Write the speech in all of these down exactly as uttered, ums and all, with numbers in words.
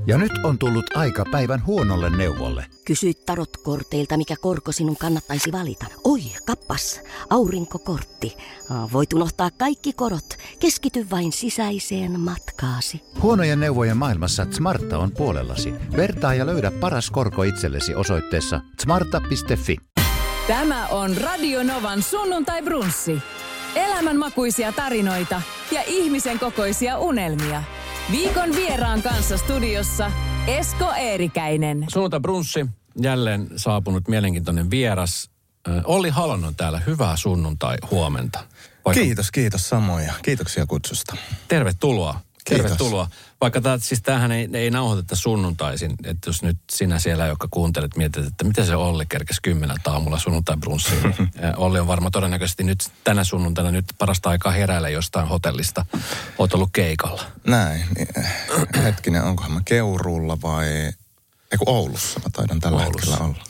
Ja nyt on tullut aika päivän huonolle neuvolle. Kysy tarotkorteilta, mikä korko sinun kannattaisi valita. Oi, kappas, aurinkokortti. Voit unohtaa kaikki korot. Keskity vain sisäiseen matkaasi. Huonojen neuvojen maailmassa Smarta on puolellasi. Vertaa ja löydä paras korko itsellesi osoitteessa smarta piste fi. Tämä on Radio Novan sunnuntai-brunssi. Elämänmakuisia tarinoita ja ihmisen kokoisia unelmia. Viikon vieraan kanssa studiossa Esko Eerikäinen. Sunnuntai-brunssi, jälleen saapunut mielenkiintoinen vieras. Olli Halonen on täällä. Hyvää sunnuntai-huomenta. Vaikka... Kiitos, kiitos samoin ja kiitoksia kutsusta. Tervetuloa. Kiitos. Tervetuloa. Vaikka tämä, siis tämähän ei, ei nauhoiteta sunnuntaisin, että jos nyt sinä siellä, joka kuuntelet, mietit, että mitä se Olli kerkesi kymmeneltä aamulla sunnuntai-brunssiin. Olli on varmaan todennäköisesti nyt tänä sunnuntaina nyt parasta aikaa heräillä jostain hotellista. Oot ollut keikalla. Näin. Hetkinen, onkohan mä Keuruulla vai... Eiku Oulussa, mä taidan tällä Oulussa. hetkellä olla.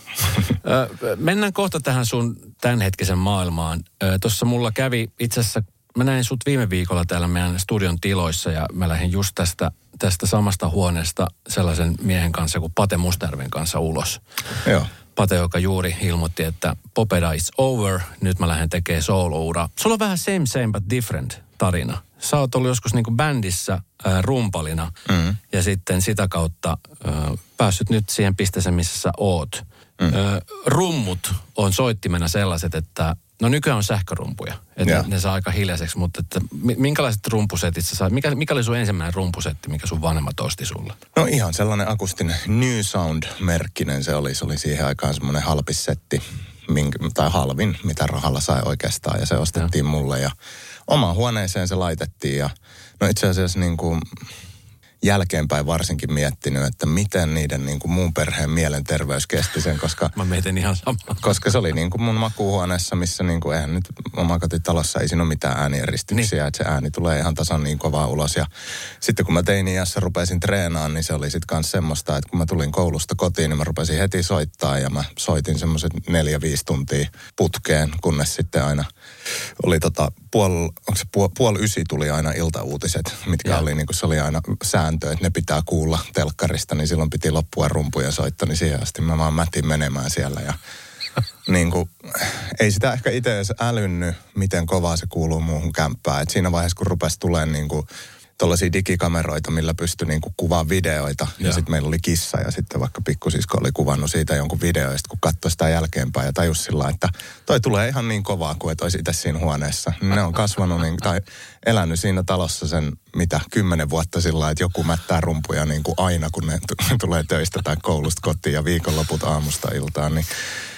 Mennään kohta tähän sun tämänhetkisen maailmaan. Tuossa mulla kävi itse asiassa... Mä näin sut viime viikolla täällä meidän studion tiloissa ja mä lähdin just tästä, tästä samasta huoneesta sellaisen miehen kanssa kuin Pate Mustajärven kanssa ulos. Joo. Pate, joka juuri ilmoitti, että Popeda is over, nyt mä lähden tekemään solo-uraa. Sulla on vähän same same but different tarina. Sä oot ollut joskus niinku bändissä äh, rumpalina mm. ja sitten sitä kautta äh, päässyt nyt siihen pisteeseen, missä sä oot. Mm. Äh, rummut on soittimena sellaiset, että no nykyään on sähkörumpuja, että ne, ne saa aika hiljaiseksi, mutta että minkälaiset rumpusetit sä saat? Mikä, mikä oli sun ensimmäinen rumpusetti, mikä sun vanhemmat osti sulle? No ihan sellainen akustinen New Sound-merkkinen se oli. Se oli siihen aikaan semmoinen halpissetti, minkä, tai halvin, mitä rahalla sai oikeastaan. Ja se ostettiin ja. mulle ja omaan huoneeseen se laitettiin. Ja no itse asiassa niin kuin... jälkeenpäin varsinkin miettinyt, että miten niiden niin kuin muun perheen mielenterveys kesti sen, koska... Mä mietin ihan samaa. Koska se oli niin kuin mun makuuhuoneessa, missä niin kuin, eihän nyt omakotitalossa ei siinä ole mitään äänieristyksiä, niin. Että se ääni tulee ihan tasan niin kovaa ulos. Ja sitten kun mä teini-iässä rupesin treenaamaan, niin se oli sitten kans semmoista, että kun mä tulin koulusta kotiin, niin mä rupesin heti soittaa ja mä soitin semmoiset neljä, viisi tuntia putkeen, kunnes sitten aina oli tota puol, onko se puol, puol ysi tuli aina iltauutiset, mitkä ja. oli niin kuin se oli aina sääntö, että ne pitää kuulla telkkarista, niin silloin piti loppua rumpuja soittaa, niin siihen asti mä vaan mätin menemään siellä ja niin kuin, ei sitä ehkä itse edes älynnyt, miten kovaa se kuuluu muuhun kämppään. Et siinä vaiheessa, kun rupesi tulemaan niin kuin tuollaisia digikameroita, millä pystyi niin kuin kuvaamaan videoita. Ja, ja sitten meillä oli kissa ja sitten vaikka pikkusisko oli kuvannut siitä jonkun video. Ja sitten kun katsoi sitä jälkeenpäin ja tajusi sillä, että toi tulee ihan niin kovaa kuin et olisi itse siinä huoneessa. Ne on kasvanut niin, tai elänyt siinä talossa sen mitä kymmenen vuotta sillä, että joku mättää rumpuja niin kuin aina, kun ne t- tulee töistä tai koulusta kotiin ja viikonloput aamusta iltaan. Niin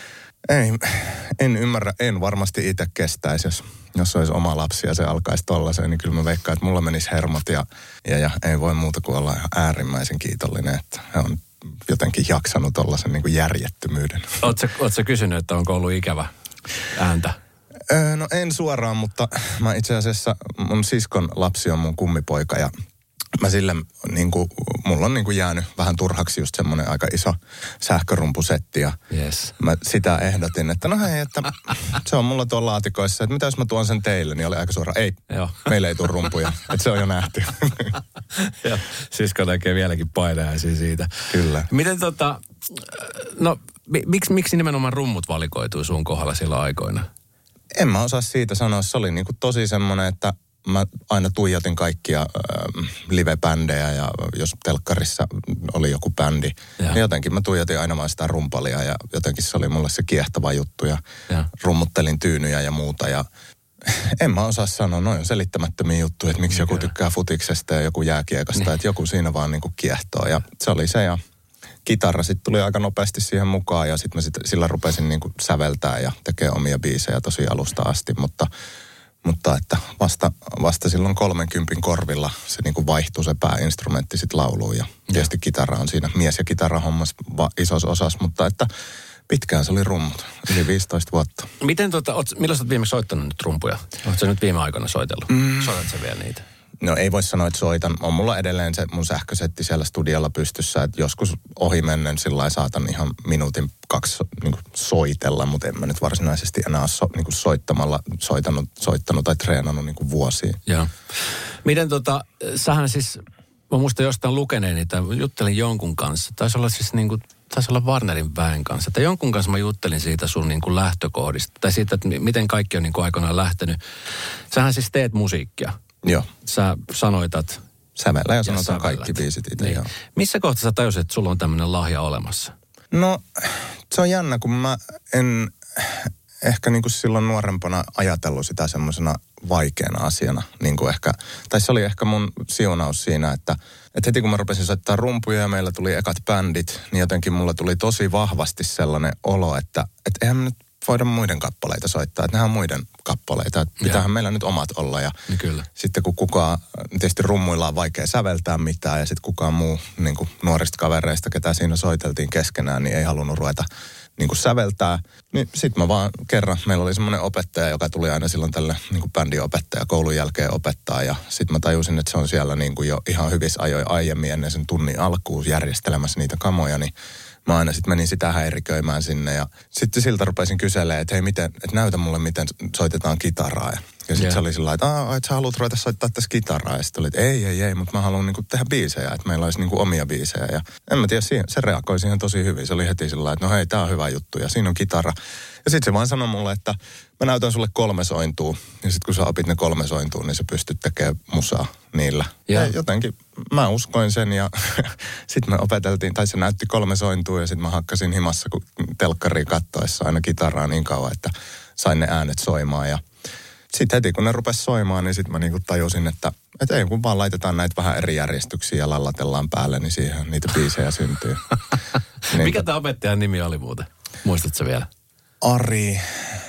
ei, en ymmärrä, en varmasti itse kestäisi, jos, jos olisi oma lapsi ja se alkaisi tollaiseen, niin kyllä mä veikkaan, että mulla menisi hermot ja, ja, ja ei voi muuta kuin olla ihan äärimmäisen kiitollinen, että he on jotenkin jaksanut tollaisen niin kuin järjettömyyden. Ootko, ootko kysynyt, että onko ollut ikävä ääntä? Öö, no en suoraan, mutta mä itse asiassa, mun siskon lapsi on mun kummipoika ja mä sille, niin kuin, mulla on niin kuin jäänyt vähän turhaksi just semmoinen aika iso sähkörumpusetti ja yes. mä sitä ehdotin, että no hei, että se on mulla tuolla laatikoissa, että mitä jos mä tuon sen teille, niin oli aika suora, ei, Joo. meillä ei tule rumpuja, että se on jo nähty. Joo, sisko tekee vieläkin painajaisia siitä. Kyllä. Miten tota, no miksi, miksi nimenomaan rummut valikoitui sun kohdalla silloin aikoina? En mä osaa siitä sanoa, se oli niin kuin tosi semmoinen, että mä aina tuijotin kaikkia äh, live-bändejä ja jos telkkarissa oli joku bändi, ja. niin jotenkin mä tuijotin aina vaan sitä rumpalia ja jotenkin se oli mulle se kiehtova juttu ja, ja. rummuttelin tyynyjä ja muuta ja en mä osaa sanoa, noin on selittämättömiä juttuja, että miksi Mikä? joku tykkää futiksesta ja joku jääkiekasta, niin. että joku siinä vaan niinku kiehtoo ja se oli se ja kitara sitten tuli aika nopeasti siihen mukaan ja sitten mä sit, sillä rupesin niinku säveltää ja tekee omia biisejä tosi alusta asti, mutta Mutta että vasta, vasta silloin kolmenkympin korvilla se niin kuin vaihtui se pääinstrumentti sitten lauluun. Ja tietysti kitara on siinä mies- ja kitarahommassa isossa osassa, mutta että pitkään se oli rummut, yli viisitoista vuotta. Miten tota, oot, milloin sä oot viimeksi soittanut nyt rumpuja? Ootko sä nyt viime aikoina soitellut? Mm. Soitat sä vielä niitä? No ei voi sanoa, että soitan. On mulla edelleen se mun sähkösetti siellä studiolla pystyssä, että joskus ohimennen sillä lailla saatan ihan minuutin kaksi niin kuin soitella, mutta en mä nyt varsinaisesti enää ole so, niin kuin soittamalla soittanut, soittanut tai treenannut niin kuin vuosia. Joo. Miten tota, sähän siis mä muistan jostain lukeneeni, tai juttelin jonkun kanssa. Taisi olla siis niin kuin, taisi olla Warnerin väen kanssa. Tai jonkun kanssa mä juttelin siitä sun niin kuin lähtökohdista. Tai siitä, että miten kaikki on niin kuin aikoinaan lähtenyt. Sähän siis teet musiikkia. Joo. Sä sanoitat. Sävellä ja sanotaan kaikki biisit itse, niin. Joo. Missä kohtaa sä tajusit, että sulla on tämmöinen lahja olemassa? No, se on jännä, kun mä en ehkä niin kuin silloin nuorempana ajatellut sitä semmoisena vaikeana asiana. Niin kuin ehkä, tai se oli ehkä mun siunaus siinä, että, että heti kun mä rupesin soittaa rumpuja ja meillä tuli ekat bändit, niin jotenkin mulla tuli tosi vahvasti sellainen olo, että, että eihän me nyt voida muiden kappaleita soittaa, että nehän on muiden kappaleita, että pitäähän meillä nyt omat olla. Ja niin kyllä. Sitten kun kukaan, tietysti rummuilla on vaikea säveltää mitään ja sitten kukaan muu niin kuin nuorista kavereista, ketä siinä soiteltiin keskenään, niin ei halunnut ruveta niin kuin säveltää. Niin sitten mä vaan kerran, meillä oli semmoinen opettaja, joka tuli aina silloin tälle niin kuin bändiopettaja koulun jälkeen opettaa. Ja sitten mä tajusin, että se on siellä niin kuin jo ihan hyvissä ajoin aiemmin ennen sen tunnin alkuun järjestelemässä niitä kamoja, niin mä aina sitten menin sitä häiriköimään sinne ja sitten siltä rupesin kyselemään, että hei miten, että näytä mulle miten soitetaan kitaraa. Ja, ja sitten yeah. se oli sillä lailla, että, että sä haluat ruveta soittaa tässä kitaraa. Ja sitten oli, että ei, ei, ei, mutta mä haluan niinku tehdä biisejä, että meillä olisi niinku omia biisejä. Ja en mä tiedä, se reagoi siihen tosi hyvin. Se oli heti sillä lailla, että no hei, tää on hyvä juttu ja siinä on kitara. Ja sitten se vaan sanoi mulle, että mä näytän sulle kolme sointua. Ja sitten kun sä opit ne kolme sointua, niin sä pystyt tekemään musaa niillä. Ja, ja jotenkin mä uskoin sen ja sitten me opeteltiin, tai se näytti kolme sointua ja sitten mä hakkasin himassa kun telkkariin kattoessa aina kitaraa niin kauan, että sain ne äänet soimaan. Ja sitten heti kun ne rupesi soimaan, niin sitten mä niinku tajusin, että, että ei kun vaan laitetaan näitä vähän eri järjestyksiä ja lallatellaan päälle, niin siihen niitä biisejä syntyy. Niin, mikä tämä opettajan nimi oli muuten? Muistatko vielä? Ari,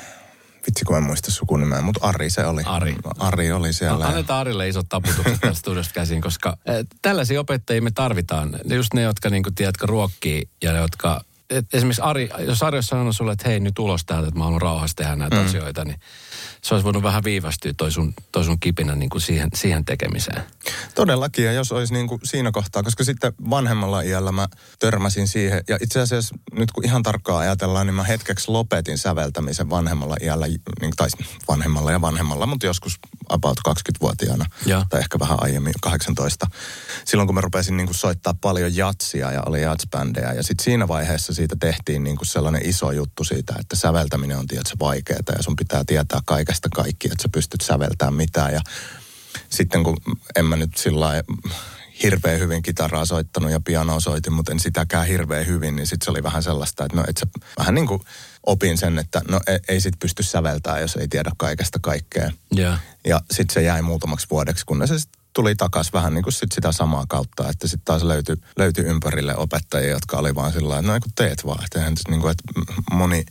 vitsi kun en muista sukunimeä, mutta Ari se oli. Ari. Ari oli siellä. Annetaan Arille isot taputukset tästä studiosta käsin, koska äh, tällaisia opettajia me tarvitaan. Just ne, jotka niin kuin, tiedätkö, ruokkii ja ne, jotka... Et esimerkiksi Ari, jos Ari olisi sanonut sulle, että hei nyt ulos täältä, että mä haluan rauhassa tehdä näitä mm. asioita, niin se olisi voinut vähän viivästyä toi sun, toi sun kipinä niin kuin siihen, siihen tekemiseen. Todellakin, ja jos olisi niin kuin siinä kohtaa, koska sitten vanhemmalla iällä mä törmäsin siihen, ja itse asiassa nyt kun ihan tarkkaan ajatellaan, niin mä hetkeksi lopetin säveltämisen vanhemmalla iällä, niin, tai vanhemmalla ja vanhemmalla, mutta joskus about kaksikymmentävuotiaana, ja. Tai ehkä vähän aiemmin, kahdeksantoista. Silloin kun mä rupesin niin kuin soittaa paljon jatsia ja oli jatsbändejä, ja sitten siinä vaiheessa siitä tehtiin niin kuin sellainen iso juttu siitä, että säveltäminen on tietysti vaikeaa, ja sun pitää tietää kaikesta kaikki, että sä pystyt säveltämään mitään. Ja sitten kun en mä nyt sillä lailla hirveän hyvin kitaraa soittanut ja pianoa soitin, mutta en sitäkään hirveän hyvin, niin sitten se oli vähän sellaista, että no et sä vähän niin kuin opin sen, että no ei, ei sit pysty säveltämään, jos ei tiedä kaikesta kaikkea. Yeah. Ja sitten se jäi muutamaksi vuodeksi, kunnes se sit tuli takaisin vähän niin kuin sit sitä samaa kautta, että sitten taas löytyi, löytyi ympärille opettajia, jotka oli vaan sillä lailla, että no ei kun teet vaan. Että, niin kuin, että moni...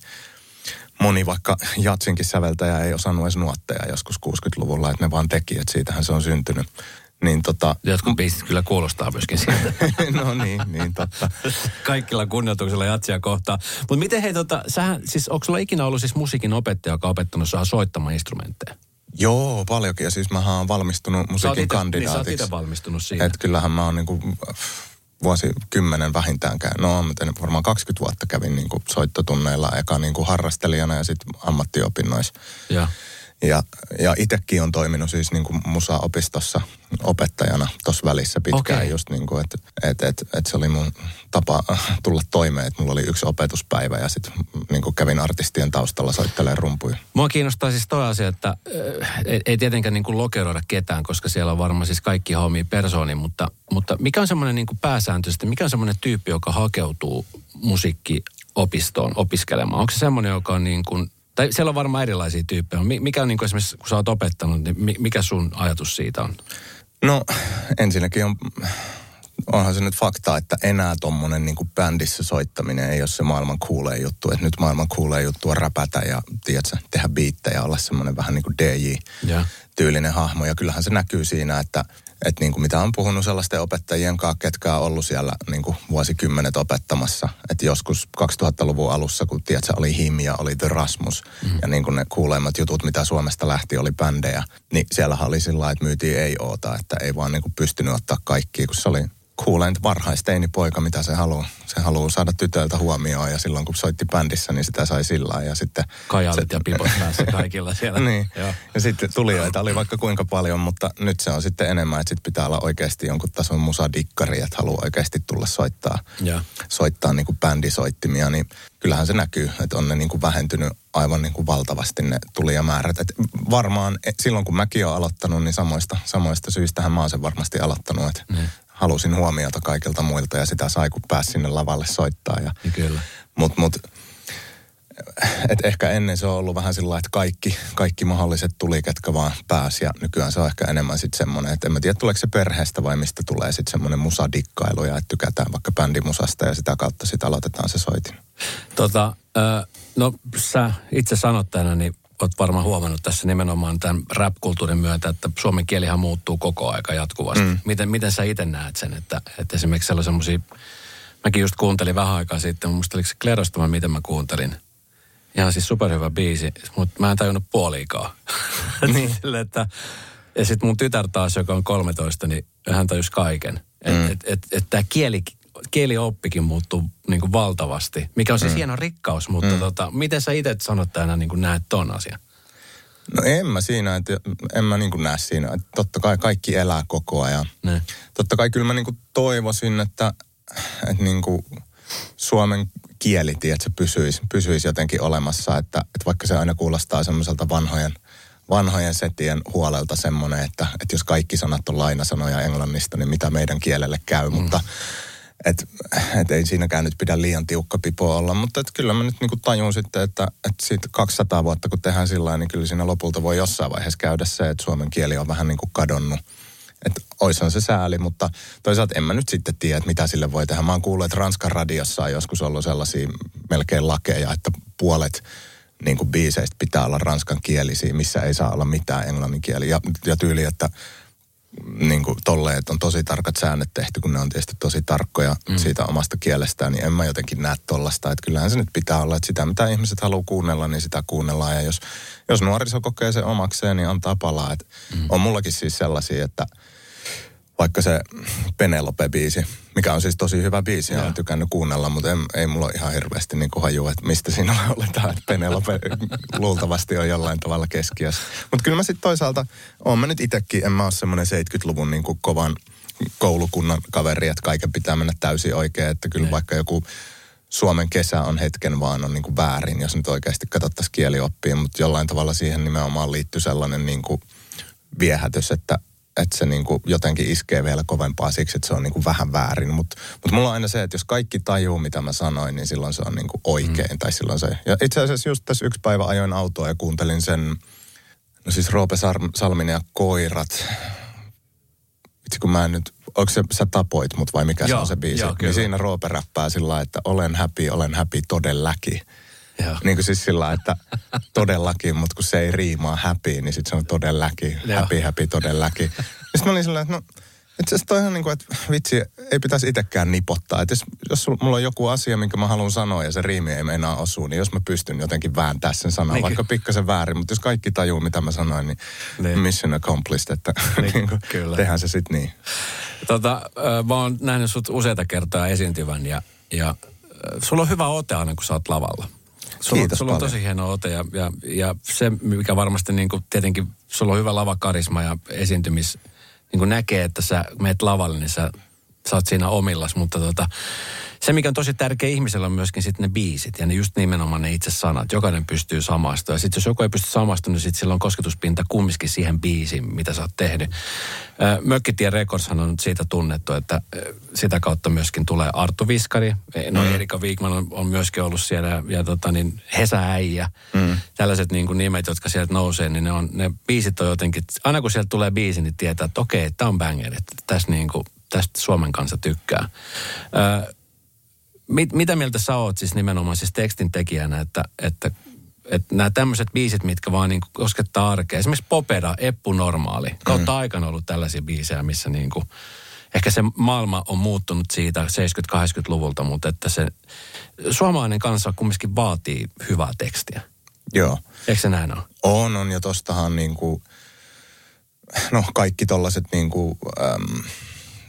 Moni vaikka jatsinkin säveltäjä ei osannut edes nuotteja joskus kuusikymmentäluvulla, että ne vaan teki, että siitähän se on syntynyt. Niin tota... Jotkut biisit kyllä kuulostaa myöskin siltä. No niin, niin totta. Kaikilla kunnioituksella jatsia kohtaa. Mutta miten hei tota, sähän, siis onko sulla ikinä ollut siis musiikin opettaja, joka on opettanut saa soittamaan instrumentteja? Joo, paljonkin. Ja siis mähän oon valmistunut musiikin ite, kandidaatiksi. Niin sä oot itse valmistunut siihen. Että kyllähän mä oon niinku vuosikymmenen vähintäänkään. No, mä varmaan kaksikymmentä vuotta kävin niinku soittotunneilla eka niinku harrastelijana ja sitten ammattiopinnoissa. Ja, ja, ja itsekin on toiminut siis niinku musaopistossa opettajana tuossa välissä pitkään. Okay. Just niinku, että et, et, et se oli mun tapa tulla toimeen, että mulla oli yksi opetuspäivä ja sitten niinku kävin artistien taustalla soittelemaan rumpuja. Mua kiinnostaa siis toi asia, että äh, ei, ei tietenkään niinku lokeroida ketään, koska siellä on varmaan siis kaikki homia persoonia, mutta, mutta mikä on semmoinen niinku pääsääntöisesti, mikä on semmoinen tyyppi, joka hakeutuu musiikkiopistoon opiskelemaan? Onko se semmoinen, joka on niin kuin, tai siellä on varmaan erilaisia tyyppejä. Mikä on niin kuin esimerkiksi, kun sä oot opettanut, niin mikä sun ajatus siitä on? No ensinnäkin on, onhan se nyt fakta, että enää tommonen niin kuin bändissä soittaminen ei ole se maailman kuulee juttu. Että nyt maailman kuulee juttu on räpätä ja tiedätkö, tehdä biittejä, olla semmoinen vähän niin kuin D J-tyylinen hahmo. Ja kyllähän se näkyy siinä, että että niin kuin mitä on puhunut sellaisten opettajien kanssa, ketkä on ollut siellä niin kuin vuosikymmenet opettamassa. Että joskus kaksituhattaluvun alussa, kun tiedätkö, oli Him ja oli The Rasmus. Mm-hmm. Ja niin kuin ne kuuleimmat jutut, mitä Suomesta lähti, oli bändejä. Niin siellähän oli sillä lailla, että myytiin ei oota, että ei vaan niin kuin pystynyt ottaa kaikkia, kun se oli kuulein varhaisteinipoika, mitä se haluaa. Se haluaa saada tytöiltä huomioon ja silloin kun soitti bändissä, niin sitä sai sillä ja sitten... Kajalit se, ja pipot päässä kaikilla siellä. Niin, ja sitten tulijoita oli vaikka kuinka paljon, mutta nyt se on sitten enemmän, että sitten pitää olla oikeasti jonkun tason musadikkari, että haluaa oikeasti tulla soittaa, ja. soittaa niin kuin bändisoittimia, niin kyllähän se näkyy, että on ne niin kuin vähentynyt aivan niin kuin valtavasti ne tulijamäärät. Et varmaan silloin kun mäkin olen aloittanut, niin samoista, samoista syistähän mä oon sen varmasti aloittanut, että mm. halusin huomiota kaikilta muilta ja sitä sai, kun pääsi sinne lavalle soittaa. Ja, kyllä. Mut, mut, et ehkä ennen se on ollut vähän sillä että kaikki, kaikki mahdolliset tuli, ketkä vaan pääsi. Ja nykyään se on ehkä enemmän sitten semmoinen, että en mä tiedä, tuleeko se perheestä vai mistä tulee sitten semmoinen musadikkailu ja että tykätään vaikka bändimusasta ja sitä kautta sitten aloitetaan se soitin. Tota, äh, no sä itse sanottajana, niin oot varmaan huomannut tässä nimenomaan tämän rap-kulttuurin myötä, että suomen kielihan muuttuu koko aika jatkuvasti. Mm. Miten, miten sä itse näet sen, että, että esimerkiksi siellä on semmosia, mäkin just kuuntelin vähän aikaa sitten, musta oliko se Klerostama, miten mä kuuntelin. Ihan siis superhyvä biisi, mutta mä en tajunnut puoliikaan. Niin. Sille, että, ja sitten mun tytär taas, joka on kolmetoista, niin hän tajusi kaiken. Että mm. et, et, et tämä kieli, kielioppikin muuttuu niin kuin valtavasti, mikä on siis mm. hieno rikkaus, mutta mm. tota, miten sä itse sanottajana niin kuin näet ton asian? No en mä siinä, että en mä niin kuin näe siinä. Että totta kai kaikki elää koko ajan. Ne. Totta kai kyllä mä niin kuin toivoisin, että, että niin kuin suomen kieli, että se pysyisi, pysyisi jotenkin olemassa, että, että vaikka se aina kuulostaa semmoiselta vanhojen, vanhojen setien huolelta semmoinen, että, että jos kaikki sanat on lainasanoja englannista, niin mitä meidän kielelle käy, mm. mutta että et ei siinäkään nyt pidä liian tiukka pipo olla, mutta että kyllä mä nyt niinku tajun sitten, että, että siitä kaksisataa vuotta kun tehdään sillä niin kyllä siinä lopulta voi jossain vaiheessa käydä se, että suomen kieli on vähän niin kuin kadonnut. Että oishan se sääli, mutta toisaalta en mä nyt sitten tiedä, että mitä sille voi tehdä. Mä oon kuullut, että Ranskan radiossa on joskus ollut sellaisia melkein lakeja, että puolet niin kuin biiseistä pitää olla ranskan kielisiä, missä ei saa olla mitään englannin kieliä. Ja, ja tyyli, että niin kuin tolleen, että on tosi tarkat säännöt tehty, kun ne on tietysti tosi tarkkoja mm. siitä omasta kielestään, niin en mä jotenkin näe tollasta. Että kyllähän se nyt pitää olla, että sitä mitä ihmiset haluaa kuunnella, niin sitä kuunnellaan. Ja jos, jos nuoriso kokee sen omakseen, niin antaa palaa. Että mm. on mullakin siis sellaisia, että vaikka se Penelope-biisi, mikä on siis tosi hyvä biisi, ja olen tykännyt kuunnella, mutta en, ei mulla ole ihan hirveästi niin kuin hajua, että mistä siinä oletaan, että Penelope luultavasti on jollain tavalla keskiössä. Mutta kyllä mä sitten toisaalta, oon mä nyt itsekin, en mä ole semmoinen seitsemänkymmentäluvun niin kuin kovan koulukunnan kaveri, että kaiken pitää mennä täysin oikein, että kyllä ne. Vaikka joku Suomen kesä on hetken vaan on niin kuin väärin, jos nyt oikeasti katsottaisiin kielioppiin, mutta jollain tavalla siihen nimenomaan liittyy sellainen niin kuin viehätys, että että se niinku jotenkin iskee vielä kovempaa siksi, että se on niinku vähän väärin. Mutta mut mulla on aina se, että jos kaikki tajuu, mitä mä sanoin, niin silloin se on niinku oikein. Mm. Tai silloin se... Ja itse asiassa just tässä yksi päivä ajoin autoa ja kuuntelin sen, no siis Roope Salminen ja Koirat. Itse kun mä en nyt, onko se, sä tapoit mut vai mikä joo, se on se biisi? Joo, niin siinä Roope räppää sillä lailla, että olen happy, olen happy todellakin. Joo. Niin kuin siis sillä että todellakin, mutta kun se ei riimaa happy, niin sitten se on todellakin. Happy, happy, todellakin. Sitten mä olin sillä että no, itse asiassa toihan niin kuin, että vitsi, ei pitäisi itsekään nipottaa. Että jos, jos mulla on joku asia, minkä mä haluan sanoa ja se riimi ei meinaa osua, niin jos mä pystyn jotenkin vääntää sen sanan, niin, vaikka pikkasen väärin, mutta jos kaikki tajuu, mitä mä sanoin, niin, niin. mission accomplished, että niin, niin kuin, tehdään se sitten niin. Tota, mä oon nähnyt sut useita kertaa esiintyvän ja, ja sulla on hyvä ote aina, kun sä oot lavalla. Sulla, Kiitos sulla on tosi hieno ote ja, ja, ja se, mikä varmasti niin kuin, tietenkin, sulla on hyvä lavakarisma ja esiintymis, niin kuin näkee, että sä meet lavalle, niin sä, sä oot siinä omillas, mutta tota, se, mikä on tosi tärkeä ihmisellä on myöskin sitten ne biisit ja ne just nimenomaan ne itse sanat. Jokainen pystyy samastumaan. Ja sitten jos joku ei pysty samastumaan, niin sitten sillä on kosketuspinta kumminkin siihen biisiin, mitä sä oot tehnyt. Mökkitien Recordshan on siitä tunnettu, että sitä kautta myöskin tulee Arttu Viskari. No mm. Erika Wigman on, on myöskin ollut siellä ja, ja tota niin, Hesa Äijä. Mm. Tällaiset niin kuin nimet, jotka sieltä nousee, niin ne, on, ne biisit on jotenkin, aina kun sieltä tulee biisi, niin tietää, että okei, tämä on banger, että tässä niin kuin, tästä Suomen kanssa tykkää. Ö, Mit, mitä mieltä sä oot siis nimenomaan siis tekstin tekijänä, että, että, että nämä tämmöiset biisit, mitkä vaan niin kuin koskettaa arkea. Esimerkiksi Popeda, Eppu Normaali. Kautta mm. aikana ollut tällaisia biisejä, missä niin kuin, ehkä se maailma on muuttunut siitä seitsemänkymmentä-kahdeksankymmentäluvulta, mutta että se suomalainen kansa kumminkin vaatii hyvää tekstiä. Joo. Eikö se näin ole? On, on ja tostahan niin kuin, no kaikki tollaiset niin kuin, äm,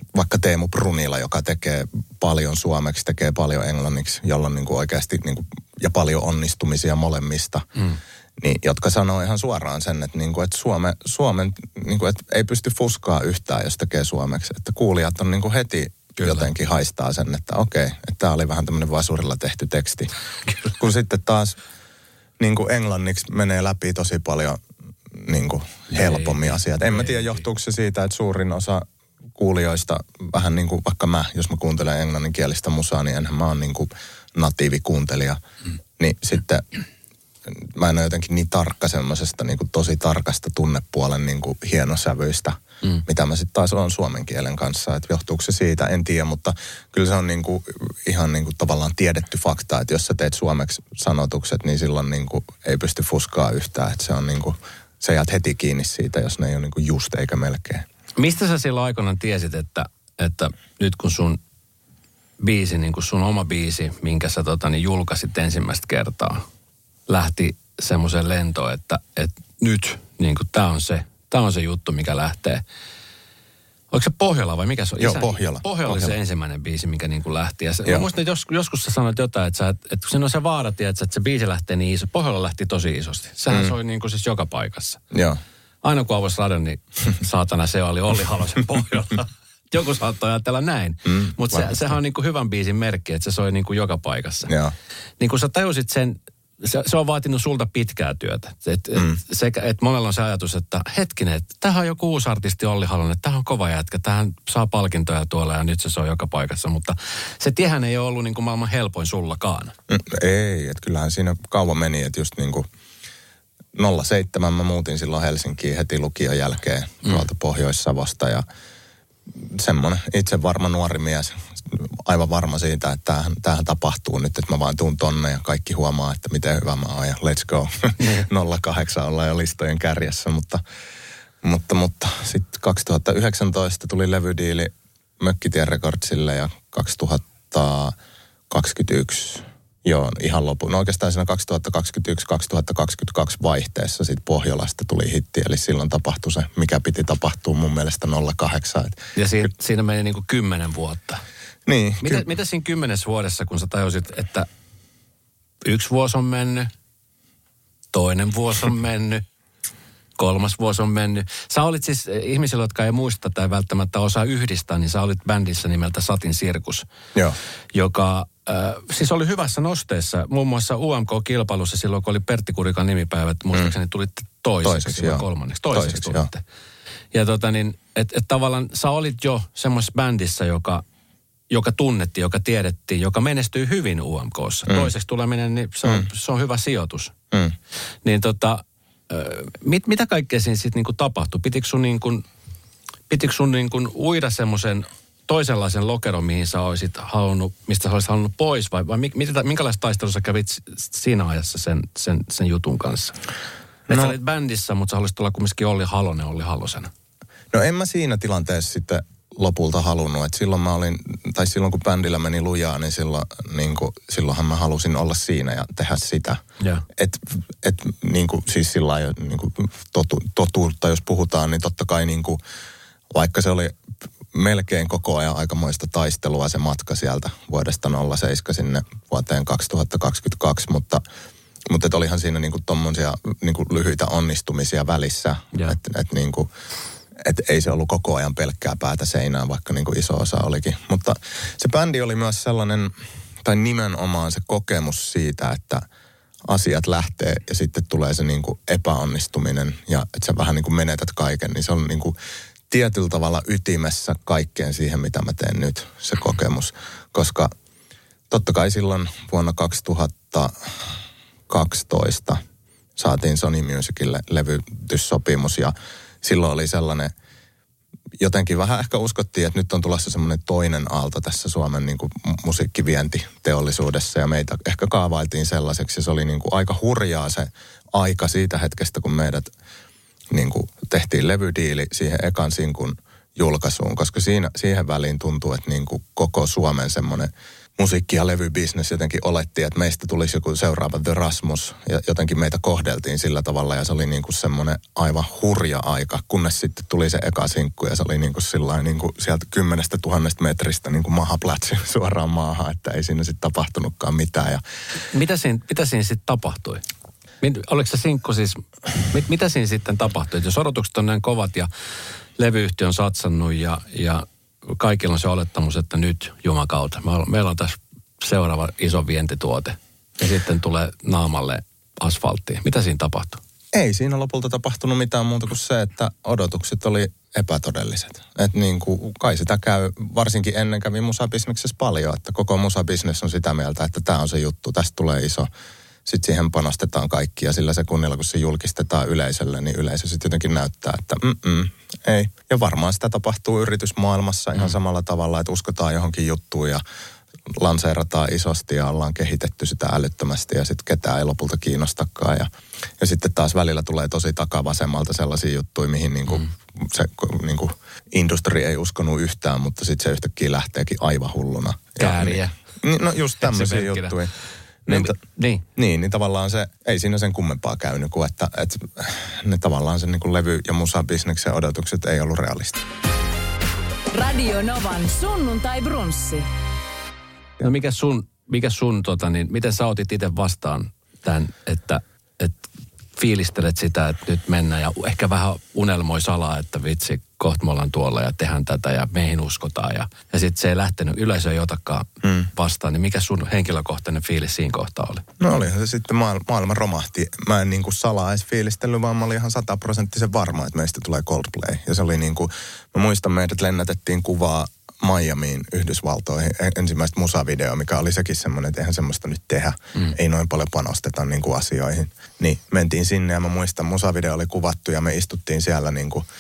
vaikka Teemu Brunila, joka tekee paljon suomeksi, tekee paljon englanniksi, jolla on niin kuin oikeasti niin kuin, ja paljon onnistumisia molemmista, mm. niin, jotka sanoo ihan suoraan sen, että, niin kuin, että Suome, Suomen niin kuin, että ei pysty fuskaa yhtään, jos tekee suomeksi. Että kuulijat on niin kuin heti Kyllä. jotenkin haistaa sen, että okei, että tämä oli vähän tämmöinen vasurilla tehty teksti. Kyllä. Kun sitten taas niin kuin englanniksi menee läpi tosi paljon niin kuin helpommin ei, asiat. En ei, mä tiedä, johtuuko se siitä, että suurin osa kuulijoista, vähän niin kuin vaikka mä, jos mä kuuntelen englanninkielistä musaa, niin enhän mä oon niin kuin natiivikuuntelija. Mm. Niin sitten mä en ole jotenkin niin tarkka semmoisesta niin kuin tosi tarkasta tunnepuolen niin kuin hienosävyistä, mm. mitä mä sitten taas oon suomen kielen kanssa. Että johtuuko se siitä, en tiedä, mutta kyllä se on niin kuin ihan niin kuin tavallaan tiedetty fakta, että jos sä teet suomeksi sanotukset, niin silloin niin kuin ei pysty fuskaa yhtään. Että se on niin kuin, sä jäät heti kiinni siitä, jos ne ei ole niin kuin just eikä melkein. Mistä sä silloin aikoinaan tiesit, että, että nyt kun sun biisi, niin kuin sun oma biisi, minkä sä tota, niin julkaisit ensimmäistä kertaa, lähti semmoiseen lentoon, että, että nyt niin kuin tää on se, tää on se juttu, mikä lähtee. Oliko se Pohjola vai mikä se on? Joo, Isä, Pohjola. Pohjola oli Pohjola. se ensimmäinen biisi, mikä niin kuin lähti. Ja se, mä muistan, että jos, joskus sä sanoit jotain, että, sä, että kun siinä on se vaara, että, että se biisi lähtee niin iso. Pohjola lähti tosi isosti. Sehän mm. soi niin kuin siis joka paikassa. Joo. Aina kun avasi radion, niin saatana se oli Olli Halosen Pohjola. Joku saattoi ajatella näin. Mm, mutta se, sehän on niin kuin hyvän biisin merkki, että se soi niin kuin joka paikassa. Joo. Niin kun sä tajusit sen, se, se on vaatinut sulta pitkää työtä. Et, mm. et, et monella on se ajatus, että hetkinen, että tämähän on joku uusi artisti Olli Halonen, että tämähän on kova jätkä, tämähän saa palkintoja tuolla ja nyt se soi joka paikassa. Mutta se tiehän ei ole ollut niin kuin maailman helpoin sullakaan. Mm, ei, että kyllähän siinä kauan meni, että just niin kuin nolla seitsemän mä muutin silloin Helsinkiin heti lukion jälkeen mm. tuolta Pohjois-Savosta ja semmoinen itse varma nuori mies, aivan varma siitä, että tämähän, tämähän tapahtuu nyt, että mä vaan tuun tonne ja kaikki huomaa, että miten hyvä mä oon ja let's go. nolla kahdeksan ollaan jo listojen kärjessä, mutta, mutta, mutta sitten kaksituhattayhdeksäntoista tuli levydiili Mökkitien Recordsille ja kaksituhattakaksikymmentäyksi joo, ihan lopun. No oikeastaan siinä kaksituhattakaksikymmentäyksi kaksituhattakaksikymmentäkaksi vaihteessa sitten Pohjolasta tuli hitti, eli silloin tapahtui se, mikä piti tapahtua mun mielestä nolla kahdeksan. Ja siinä, siinä meni niin kuin kymmenen vuotta. Niin. Mitä, ky- mitä siinä kymmenes vuodessa, kun sä tajusit, että yksi vuosi on mennyt, toinen vuosi on mennyt, kolmas vuosi on mennyt. Sä olit siis, ihmisillä, jotka ei muista tai välttämättä osaa yhdistää, niin sä olit bändissä nimeltä Satin Sirkus, Joo. joka äh, siis oli hyvässä nosteessa. Muun muassa U M K-kilpailussa silloin, kun oli Pertti Kurikan nimipäivät, muistaakseni tulitte toiseksi, toiseksi vai kolmanneksi. Toiseksi, toiseksi tulitte. Ja tota niin, että et tavallaan sä olit jo semmoisessa bändissä, joka, joka tunnettiin, joka tiedettiin, joka menestyi hyvin U M K:ssa. Mm. Toiseksi tuleminen, niin se on, mm. se on hyvä sijoitus. Mm. Niin tota... Mit, mitä kaikkea siinä sitten niinku tapahtui? Pitikö sun, niinku, pitikö sun niinku uida semmoisen toisenlaisen lokeron, mihin sä olisit halunnut, mistä sä olisit halunnut pois? Vai, vai mitä, minkälaista taistelua sä kävit siinä ajassa sen, sen, sen jutun kanssa? No, sä olit bändissä, mutta sä haluaisit olla kumminkin Olli Halonen Olli Halosena. No en mä siinä tilanteessa sitten lopulta halunnut. Et silloin mä olin, tai silloin kun bändillä meni lujaa, niin silloin, niin kuin, silloinhan mä halusin olla siinä ja tehdä sitä. Yeah. Että et, niin kuin, siis sillä lailla niin kuin totu, totuutta, jos puhutaan, niin totta kai niin kuin, vaikka se oli melkein koko ajan aikamoista taistelua se matka sieltä vuodesta nolla seitsemän sinne vuoteen kaksituhattakaksikymmentäkaksi, mutta mutta et olihan siinä niin kuin tommosia niin kuin lyhyitä onnistumisia välissä, yeah. että et, niin kuin että ei se ollut koko ajan pelkkää päätä seinään, vaikka niin kuin iso osa olikin. Mutta se bändi oli myös sellainen, tai nimenomaan se kokemus siitä, että asiat lähtee ja sitten tulee se niin kuin epäonnistuminen ja että sä vähän niin kuin menetät kaiken. Niin se on niin kuin tietyllä tavalla ytimessä kaikkeen siihen, mitä mä teen nyt, se kokemus. Koska totta kai silloin vuonna kaksituhattakaksitoista saatiin Sony Musicille levytyssopimus ja silloin oli sellainen, jotenkin vähän ehkä uskottiin, että nyt on tulossa semmoinen toinen aalto tässä Suomen niin kuin musiikkivientiteollisuudessa ja meitä ehkä kaavailtiin sellaiseksi. Se oli niin kuin aika hurjaa se aika siitä hetkestä, kun meidät niin kuin tehtiin levydiili siihen ekan sinkun julkaisuun, koska siinä, siihen väliin tuntuu, että niin kuin koko Suomen semmoinen musiikki- ja levybisnes jotenkin oletti, että meistä tulisi joku seuraava The Rasmus. Ja jotenkin meitä kohdeltiin sillä tavalla ja se oli niin kuin semmoinen aivan hurja aika, kunnes sitten tuli se eka sinkku ja se oli niin kuin sillain niin kuin sieltä kymmenestä tuhannesta metristä niin kuin mahaplätsi suoraan maahan, että ei siinä sitten tapahtunutkaan mitään. Ja Mitä siinä, mitä siinä sitten tapahtui? Oliko se sinkku siis, mit, mitä siinä sitten tapahtui? Et jos odotukset on näin kovat ja levyyhtiö on satsannut ja, ja kaikilla on se olettamus, että nyt jumakauta, meillä on tässä seuraava iso vientituote ja sitten tulee naamalle asfalttia. Mitä siinä tapahtui? Ei siinä lopulta tapahtunut mitään muuta kuin se, että odotukset oli epätodelliset. Että niin kuin kai sitä käy, varsinkin ennen kävi musabisneksessä paljon, että koko musabisnes on sitä mieltä, että tämä on se juttu, tästä tulee iso. Sitten siihen panostetaan kaikki ja sillä sekunnilla, kun se julkistetaan yleisölle, niin yleisö sitten jotenkin näyttää, että mm ei. Ja varmaan sitä tapahtuu yritysmaailmassa ihan mm. samalla tavalla, että uskotaan johonkin juttuun ja lanseerataan isosti ja ollaan kehitetty sitä älyttömästi ja sitten ketään ei lopulta kiinnostakaan. Ja, ja sitten taas välillä tulee tosi takavasemmalta sellaisia juttuja, mihin niinku mm. se niinku industri ei uskonut yhtään, mutta sitten se yhtäkkiä lähteekin aivan hulluna. Kääriä. Niin, no just tämmöisiä juttuja. Niin, no, niin. niin, niin tavallaan se, ei siinä sen kummempaa käynyt kuin, että, että ne tavallaan se niin kuin levy- ja musabisneksen odotukset ei ollut realista. Radio Novan sunnuntai brunssi. No mikä sun, mikä sun tota niin, miten sä otit itse vastaan tämän, että, että fiilistelet sitä, että nyt mennään ja ehkä vähän unelmoi salaa, että vitsi, kohta me ollaan tuolla ja tehdään tätä ja meihin uskotaan. Ja, ja sitten se ei lähtenyt, yleisö ei otakaan mm. vastaan, niin mikä sun henkilökohtainen fiilis siinä kohtaa oli? No olihan se sitten maailma, maailma romahti. Mä en niin kuin salaa edes fiilistellyt, vaan mä olin ihan sataprosenttisen varma, että meistä tulee Coldplay. Ja se oli niin kuin, mä muistan meidät lennätettiin kuvaa Miamiin, Yhdysvaltoihin, ensimmäistä musavideoa, mikä oli sekin semmoinen, että eihän semmoista nyt tehdä. Mm. Ei noin paljon panosteta niin kuin asioihin. Niin mentiin sinne ja mä muistan, musavideo oli kuvattu ja me istuttiin siellä niin kuin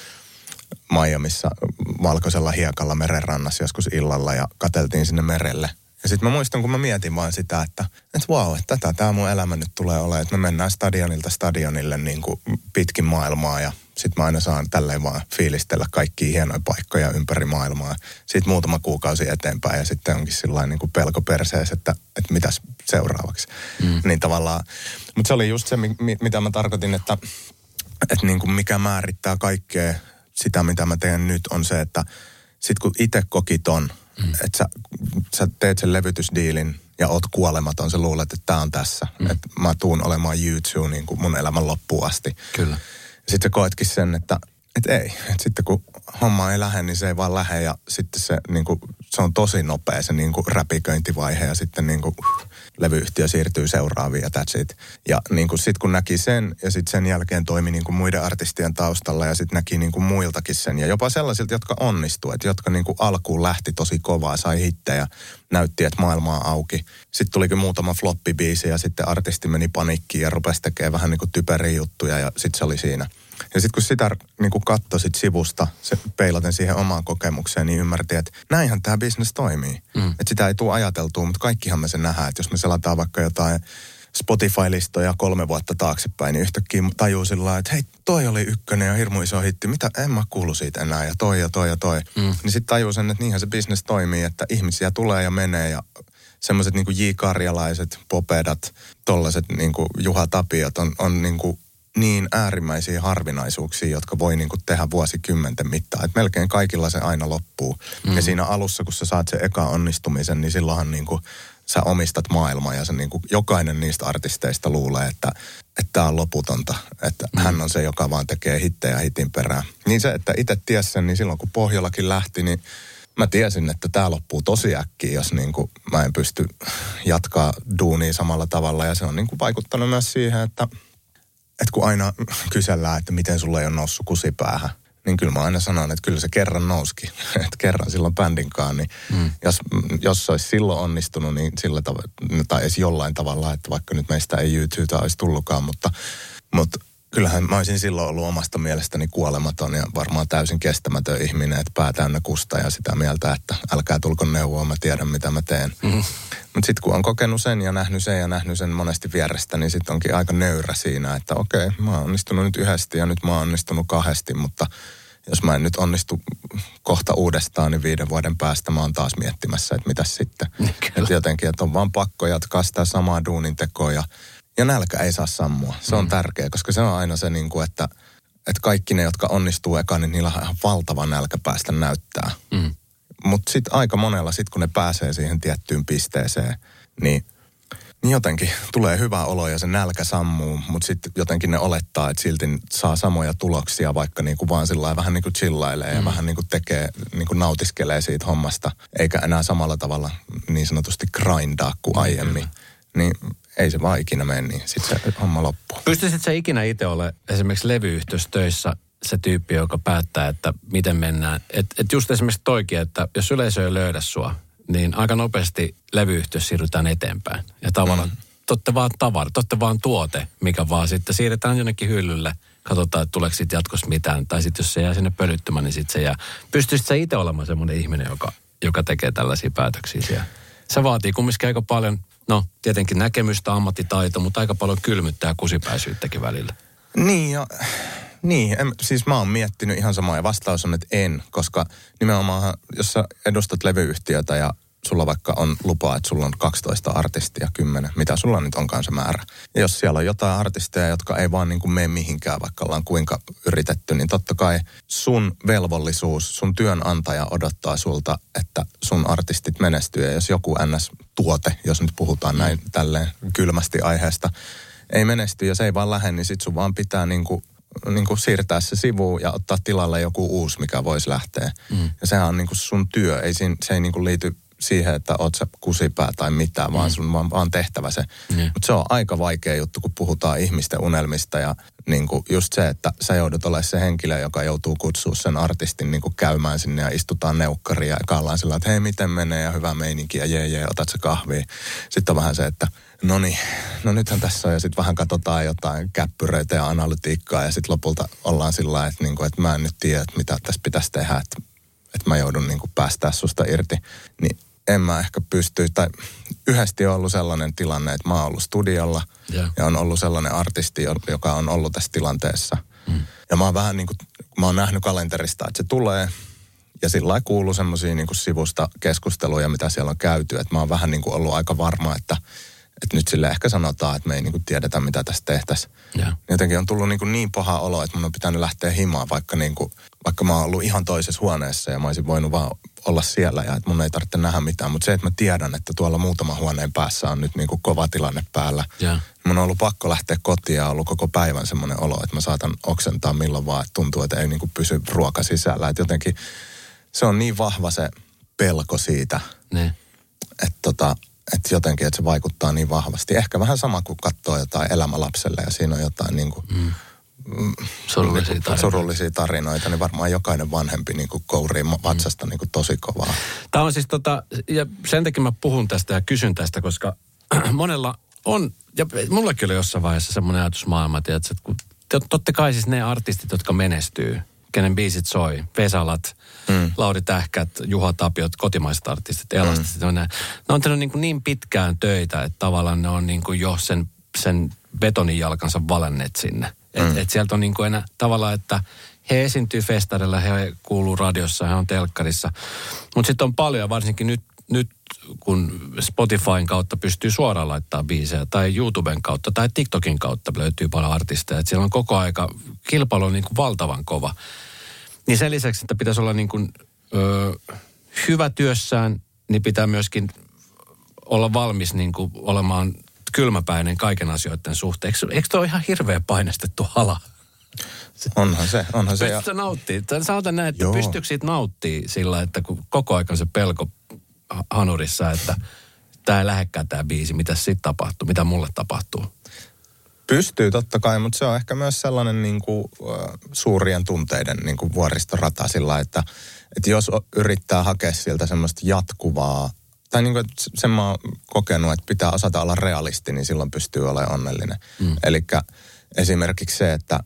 Miamissa valkoisella hiekalla merenrannassa joskus illalla ja katseltiin sinne merelle. Ja sitten mä muistan, kun mä mietin vaan sitä, että et vau, että tätä tämä mun elämä nyt tulee olemaan, että me mennään stadionilta stadionille niin kuin pitkin maailmaa ja sitten mä aina saan tälleen vaan fiilistellä kaikkia hienoja paikkoja ympäri maailmaa. Sitten muutama kuukausi eteenpäin ja sitten onkin sillain niin kuin pelko perseessä, että, että mitäs seuraavaksi. Mm. Niin tavallaan, mutta se oli just se, mitä mä tarkoitin, että, että niin kuin mikä määrittää kaikkea sitä, mitä mä teen nyt, on se, että sit kun itse koki ton, mm. että sä, sä teet sen levytysdiilin ja oot kuolematon, sä luulet, että tää on tässä. Mm. Että mä tuun olemaan YouTube niin kuin mun elämän loppuun asti. Kyllä. Ja sitten sä koetkin sen, että et ei. Et sitten kun homma ei lähde, niin se ei vaan lähde ja sitten se, niin kuin, se on tosi nopea se niin kuin räpiköintivaihe ja sitten niin kuin, uh, levyyhtiö siirtyy seuraaviin ja that's it. Ja niin kuin sit kun näki sen ja sitten sen jälkeen toimi niin kuin muiden artistien taustalla ja sitten näki niin kuin muiltakin sen. Ja jopa sellaisilta, jotka onnistuivat, että jotka niin kuin alkuun lähti tosi kovaa, sai hittejä, näytti, että maailma on auki. Sitten tulikin muutama floppibiisi ja sitten artisti meni paniikkiin ja rupesi tekemään vähän niin kuin typeriä juttuja ja sitten se oli siinä. Ja sitten kun sitä niin kun katsoi sit sivusta, se peilaten siihen omaan kokemukseen, niin ymmärtiin, että näinhän tämä business toimii. Mm. Että sitä ei tule ajateltua, mutta kaikkihan me sen nähdään. Että jos me selataan vaikka jotain Spotify-listoja kolme vuotta taaksepäin, niin yhtäkkiä tajuu sillä lailla, että hei, toi oli ykkönen ja hirmu iso hitti. Mitä, en mä kuulu siitä enää ja toi ja toi ja toi. Mm. Niin sitten tajuu sen, että niinhän se business toimii, että ihmisiä tulee ja menee ja semmoiset niin kuin J. Karjalaiset, Popedat, tollaiset niin kuin Juha Tapiot on, on niin kuin niin äärimmäisiä harvinaisuuksia, jotka voi niinku tehdä vuosikymmenten mittaan. Et melkein kaikilla se aina loppuu. Mm. Ja siinä alussa, kun sä saat sen eka onnistumisen, niin silloinhan niinku sä omistat maailmaa ja se niinku, jokainen niistä artisteista luulee, että tämä on loputonta. Että mm. hän on se, joka vaan tekee hittejä hitin perään. Niin se, että itse ties sen, niin silloin kun Pohjolakin lähti, niin mä tiesin, että tämä loppuu tosi äkkiä, jos niinku mä en pysty jatkaa duunia samalla tavalla. Ja se on niinku vaikuttanut myös siihen, että että kun aina kysellään, että miten sulla ei ole noussut kusipäähän, niin kyllä mä aina sanon, että kyllä se kerran nousikin. Että kerran silloin bändinkaan, niin mm. jos, jos se olisi silloin onnistunut, niin sillä tavalla, tai edes jollain tavalla, että vaikka nyt meistä ei YouTubea olisi tullutkaan, mutta, mutta kyllähän mä olisin silloin ollut omasta mielestäni kuolematon ja varmaan täysin kestämätön ihminen, että pää täynnä kusta ja sitä mieltä, että älkää tulko neuvoa, mä tiedän mitä mä teen. Mm-hmm. Mutta sitten kun on kokenut sen ja nähnyt sen ja nähnyt sen monesti vierestä, niin sitten onkin aika nöyrä siinä, että okei, mä oon onnistunut nyt yhdesti ja nyt mä oon onnistunut kahdesti, mutta jos mä en nyt onnistu kohta uudestaan, niin viiden vuoden päästä mä oon taas miettimässä, että mitäs sitten. Että Että jotenkin, että on vaan pakko jatkaa sitä samaa duunintekoa ja, ja nälkä ei saa sammua. Se on mm. tärkeä, koska se on aina se, niin kuin, että, että kaikki ne, jotka onnistuu eka, niin niillä on ihan valtava nälkä päästä näyttää. Mm. Mutta sitten aika monella, sit kun ne pääsee siihen tiettyyn pisteeseen, niin, niin jotenkin tulee hyvä olo ja se nälkä sammuu, mutta sitten jotenkin ne olettaa, että silti saa samoja tuloksia, vaikka niinku vaan sillä vähän niin kuin chillailee ja mm. vähän niin kuin tekee, niin kuin nautiskelee siitä hommasta, eikä enää samalla tavalla niin sanotusti grindaa kuin mm. aiemmin. Niin ei se vaan ikinä mene, niin sitten se homma loppuu. Pystyisit sä ikinä itse ole esimerkiksi levyyhtiössä töissä se tyyppi, joka päättää, että miten mennään? Että et just esimerkiksi toikin, että jos yleisö ei löydä sua, niin aika nopeasti levyyhtiössä siirrytään eteenpäin. Ja tavallaan mm. totte vaan tavara, totte vaan tuote, mikä vaan sitten siirretään jonnekin hyllylle. Katsotaan, että tuleeko sitten jatkossa mitään. Tai sitten jos se jää sinne pölyttymään, niin sitten se jää. Pystyisit sä itse olemaan semmoinen ihminen, joka, joka tekee tällaisia päätöksiä siellä? Se vaatii kumminkin aika paljon, no tietenkin näkemystä, ammattitaito, mutta aika paljon kylmyttää ja kusipäisyyttäkin välillä. Niin ja... Niin, en, siis mä oon miettinyt ihan samaa ja vastaus on, että en, koska nimenomaan, jos sä edustat levyyhtiötä ja sulla vaikka on lupaa, että sulla on kaksitoista artistia, kymmenen, mitä sulla nyt onkaan se määrä. Ja jos siellä on jotain artisteja, jotka ei vaan niin kuin mene mihinkään, vaikka ollaan kuinka yritetty, niin totta kai sun velvollisuus, sun työnantaja odottaa sulta, että sun artistit menestyy. Ja jos joku N S-tuote, jos nyt puhutaan näin tälleen kylmästi aiheesta, ei menesty ja se ei vaan lähde, niin sit sun vaan pitää niin kuin niin kuin siirtää se sivuun ja ottaa tilalle joku uusi, mikä voisi lähteä. Mm. Ja sehän on niin kuin sun työ. Ei siinä, se ei niin kuin liity siihen, että oot sä kusipää tai mitään, vaan mm. sun vaan, vaan tehtävä se. Mm. Mutta se on aika vaikea juttu, kun puhutaan ihmisten unelmista ja niin kuin just se, että sä joudut olemaan se henkilö, joka joutuu kutsua sen artistin niin kuin käymään sinne ja istutaan neukkariin ja kallaan sillä, että hei, miten menee ja hyvä meininki ja jee, jee, otat sä kahvia. Sitten on vähän se, että no niin, no nythän tässä on ja sitten vähän katsotaan jotain käppyröitä ja analytiikkaa ja sitten lopulta ollaan sillä lailla, että, niin että mä en nyt tiedä, että mitä tässä pitäisi tehdä, että, että mä joudun niin kuin päästää susta irti. Niin en mä ehkä pysty, tai yhdesti on ollut sellainen tilanne, että mä oon ollut studiolla yeah. ja on ollut sellainen artisti, joka on ollut tässä tilanteessa. Mm. Ja mä oon vähän niin kuin, mä oon nähnyt kalenterista, että se tulee ja sillä lailla kuuluu semmoisia niin kuin sivusta keskusteluja, mitä siellä on käyty, että mä oon vähän niin kuin ollut aika varma, että Että nyt sille ehkä sanotaan, että me ei niinku tiedetä, mitä tässä tehtäisiin. Yeah. Jotenkin on tullut niinku niin paha olo, että mun on pitänyt lähteä himaan, vaikka, niinku, vaikka mä oon ollut ihan toisessa huoneessa ja mä olisin voinut vaan olla siellä ja että mun ei tarvitse nähdä mitään. Mutta se, että mä tiedän, että tuolla muutaman huoneen päässä on nyt niinku kova tilanne päällä. Yeah. Mun on ollut pakko lähteä kotiin ja on ollut koko päivän semmoinen olo, että mä saatan oksentaa milloin vaan, että tuntuu, että ei niinku pysy ruoka sisällä. Että jotenkin se on niin vahva se pelko siitä, ne. että tota... Että jotenkin, että se vaikuttaa niin vahvasti. Ehkä vähän sama kuin katsoo jotain Elämä lapselle ja siinä on jotain niin kuin, mm. surullisia, niin tarinoita. surullisia tarinoita, niin varmaan jokainen vanhempi niin kuin kourii vatsasta niin kuin tosi kovaa. Tämä on siis tota, ja sen takia mä puhun tästä ja kysyn tästä, koska monella on, ja mullakin oli jossain vaiheessa semmoinen ajatusmaailma, että kun, totta kai siis ne artistit, jotka menestyy, kenen biisit soi, Vesalat, mm. Lauri Tähkät, Juha Tapiot, kotimaiset artistit, elastit, mm. ne on tehnyt niin, niin pitkään töitä, että tavallaan ne on niin kuin jo sen, sen betonijalkansa valanneet sinne. Mm. Että et sieltä on niin kuin enää tavallaan, että he esiintyy festarilla, he kuuluu radiossa, he on telkkarissa. Mutta sitten on paljon, varsinkin nyt, nyt kun Spotifyn kautta pystyy suoraan laittamaan biisejä, tai YouTuben kautta, tai TikTokin kautta löytyy paljon artisteja. Että siellä on koko aika, kilpailu on niin kuin valtavan kova. Niin sen lisäksi, että pitäisi olla niin kuin, ö, hyvä työssään, niin pitää myöskin olla valmis niin kuin olemaan kylmäpäinen kaiken asioiden suhteen. Eikö, eikö tuo ole ihan hirveä painestettu ala? Onhan se, onhan se. Pystytkö nauttii? Sanotaan näin, että pystyykö siitä nauttii sillä, että kun koko ajan se pelko hanurissa, että tämä ei lähekkään tämä biisi, mitä sitten tapahtuu, mitä mulle tapahtuu? Pystyy totta kai, mutta se on ehkä myös sellainen niin kuin, uh, suurien tunteiden niin kuin vuoristorata sillä, että, että jos yrittää hakea sieltä semmoista jatkuvaa, tai niin kuin, sen mä oon kokenut, että pitää osata olla realisti, niin silloin pystyy olemaan onnellinen. Mm. Eli esimerkiksi se, että,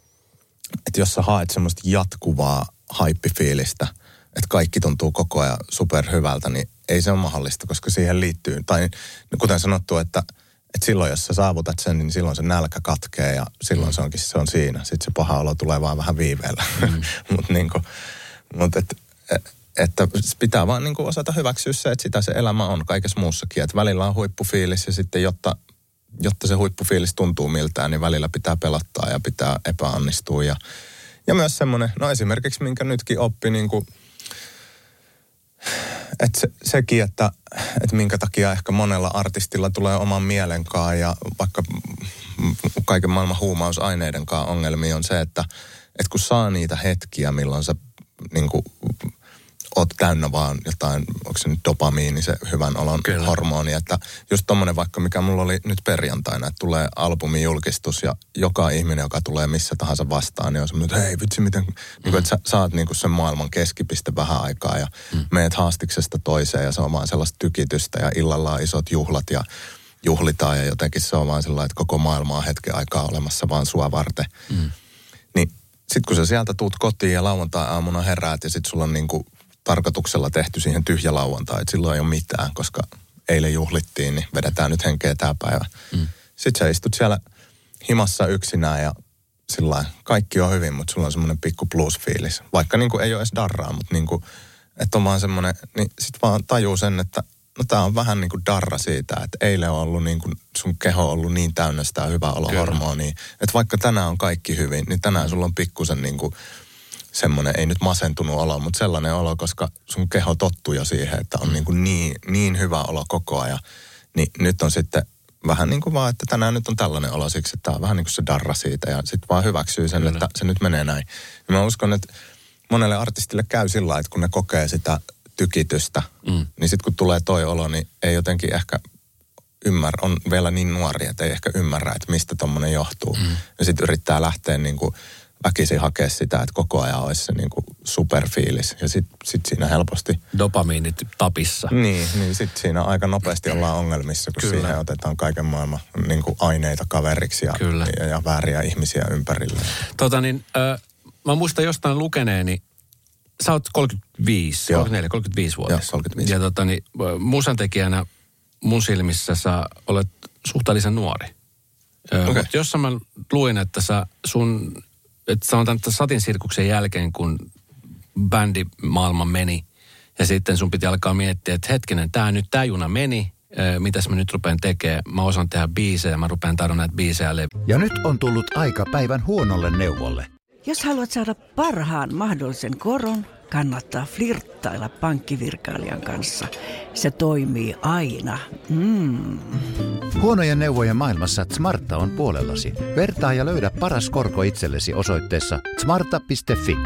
että jos sä haet semmoista jatkuvaa haippifiilistä, että kaikki tuntuu koko ajan superhyvältä, niin ei se ole mahdollista, koska siihen liittyy, tai kuten sanottu, että, että silloin jos sä saavutat sen, niin silloin se nälkä katkee ja silloin mm. se onkin se on siinä. Sitten se paha olo tulee vaan vähän viiveellä. Mm. Mutta niin mut et, että pitää vaan niin kuin osata hyväksyä se, että sitä se elämä on kaikessa muussakin. Että välillä on huippufiilis ja sitten jotta, jotta se huippufiilis tuntuu miltään, niin välillä pitää pelottaa ja pitää epäonnistua. Ja, ja myös semmoinen, no esimerkiksi minkä nytkin oppi niin kuin, että se, sekin, että, että minkä takia ehkä monella artistilla tulee oman mielenkaan ja vaikka kaiken maailman huumausaineiden ongelmia on se, että, että kun saa niitä hetkiä, milloin sä niin kuin, oot täynnä vaan jotain, onko se nyt dopamiini, se hyvän olon Kyllä. hormoni, että just tommonen vaikka, mikä mulla oli nyt perjantaina, että tulee albumin julkistus ja joka ihminen, joka tulee missä tahansa vastaan, niin on semmoinen, että hei vitsi, miten, mm. niin kuin, että sä saat niin kuin sen maailman keskipiste vähän aikaa ja mm. meet haastiksesta toiseen ja se on vaan sellaista tykitystä ja illalla on isot juhlat ja juhlitaan ja jotenkin se on vaan sellainen, että koko maailma on hetken aikaa olemassa vaan sua varten. Mm. Niin sit kun sä sieltä tuut kotiin ja lauantai-aamuna heräät ja sit sulla on niin kuin tarkoituksella tehty siihen tyhjä lauantai, että silloin ei ole mitään, koska eilen juhlittiin, niin vedetään nyt henkeä tää päivä. Mm. Sitten sä istut siellä himassa yksinään ja sillain, kaikki on hyvin, mutta sulla on semmoinen pikku blues-fiilis. Vaikka niin kuin ei ole edes darraa, mutta niin kuin, että on vaan semmoinen, niin sit vaan tajuu sen, että no tää on vähän niin kuin darra siitä, että eilen on ollut niin kuin, sun keho on ollut niin täynnä sitä hyvää olohormonia, että vaikka tänään on kaikki hyvin, niin tänään sulla on pikkusen niin kuin semmoinen, ei nyt masentunut olo, mutta sellainen olo, koska sun keho tottuu jo siihen, että on niin, kuin niin, niin hyvä olo koko ajan. Niin nyt on sitten vähän niin kuin vaan, että tänään nyt on tällainen olo siksi, että tämä on vähän niin kuin se darra siitä ja sitten vaan hyväksyy sen, Kyllä. että se nyt menee näin. Ja mä uskon, että monelle artistille käy sillä lailla, että kun ne kokee sitä tykitystä, mm. niin sitten kun tulee toi olo, niin ei jotenkin ehkä ymmärrä, on vielä niin nuori, että ei ehkä ymmärrä, että mistä tommonen johtuu. Mm. Ja sitten yrittää lähteä niin kuin väkisin hakea sitä, että koko ajan olisi se niin kuin superfiilis. Ja sitten sit siinä helposti dopamiinit tapissa. Niin, niin sitten siinä aika nopeasti ollaan ongelmissa, kun Kyllä. siihen otetaan kaiken maailman niin kuin aineita kaveriksi ja, ja, ja vääriä ihmisiä ympärille. Tota niin, äh, mä muistan jostain lukeneeni, sä oot kolmekymmentäviisi, kolmekymmentäneljä, kolmekymmentäviisi-vuotias. Joo, kolmekymmentäviisi. Ja tota niin, musantekijänä mun silmissä sä olet suhteellisen nuori. Okay. Mutta jossain mä luin, että sä sun, että sanotaan, että Satinsirkuksen jälkeen, kun bändimaailma meni, ja sitten sun piti alkaa miettiä, että hetkinen, tää nyt, tää juna meni, mitäs mä nyt rupean tekemään? Mä osaan tehdä biisejä, mä rupean taidon näitä biisejä. Ja nyt on tullut aika päivän huonolle neuvolle. Jos haluat saada parhaan mahdollisen koron, kannattaa flirttailla pankkivirkailijan kanssa. Se toimii aina. Mm. Huonojen neuvojen maailmassa Smarta on puolellasi. Vertaa ja löydä paras korko itsellesi osoitteessa smarta piste fi.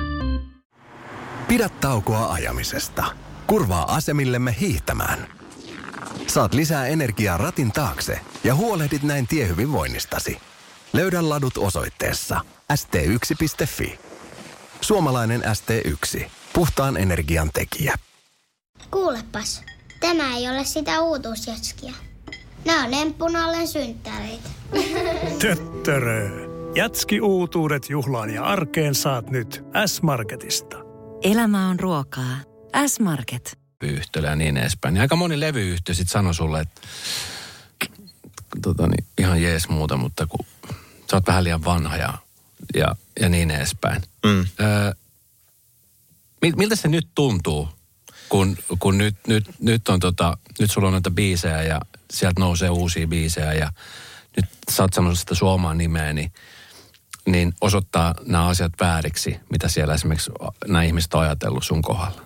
Pidä taukoa ajamisesta. Kurvaa asemillemme hiihtämään. Saat lisää energiaa ratin taakse ja huolehdit näin tiehyvinvoinnistasi. Löydä ladut osoitteessa s t yksi piste fi. Suomalainen S T yksi. Puhtaan energian tekijä. Kuulepas, tämä ei ole sitä uutuusjatskia. Nämä on emppunallen synttäreitä. Töttörö. Jatski-uutuudet juhlaan ja arkeen saat nyt S-Marketista. Elämä on ruokaa. S-Market. Levyyhtiöllä ja niin edespäin. Niin aika moni levyyhtiö sitten sanoi sulle, että tota niin, ihan jees muuta, mutta kun sä oot vähän liian vanha ja, ja, ja niin edespäin. Mm. Öö, miltä se nyt tuntuu, kun, kun nyt, nyt, nyt, on tota, nyt sulla on noita biisejä ja sieltä nousee uusia biisejä ja nyt sä oot sanonut sitä suomaa nimeä, niin, niin osoittaa nämä asiat vääriksi, mitä siellä esimerkiksi nämä ihmiset on ajatellut sun kohdalla?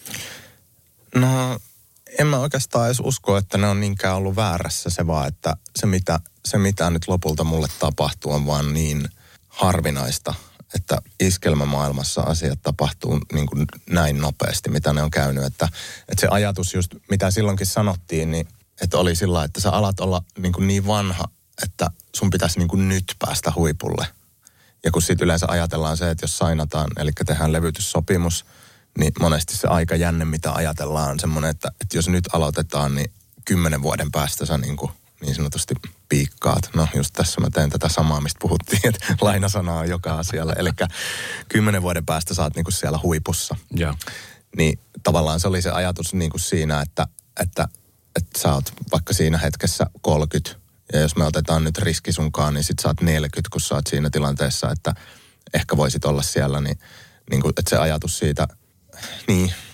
No, en mä oikeastaan edes usko, että ne on niinkään ollut väärässä se vaan, että se mitä, se mitä nyt lopulta mulle tapahtuu on vaan niin harvinaista, että iskelmämaailmassa asiat tapahtuu niin kuin näin nopeasti, mitä ne on käynyt. Että, että se ajatus just, mitä silloinkin sanottiin, niin että oli sillä, että sä alat olla niin, kuin niin vanha, että sun pitäisi niin kuin nyt päästä huipulle. Ja kun siitä yleensä ajatellaan se, että jos sainataan, eli tehdään levytyssopimus, niin monesti se aikajänne, mitä ajatellaan, on semmoinen, että, että jos nyt aloitetaan, niin kymmenen vuoden päästä sä niin, kuin, niin sanotusti piikkaat. No just tässä mä teen tätä samaa, mistä puhuttiin, että lainasana on joka asialle. Eli kymmenen vuoden päästä sä oot niin kuin siellä huipussa. Yeah. Niin tavallaan se oli se ajatus niin kuin siinä, että, että, että sä oot vaikka siinä hetkessä kolmekymmentä. Ja jos me otetaan nyt riski sunkaan, niin sit sä oot neljäkymmentä, kun sä oot siinä tilanteessa, että ehkä voisit olla siellä. Niin, niin kuin, että se ajatus siitä, niin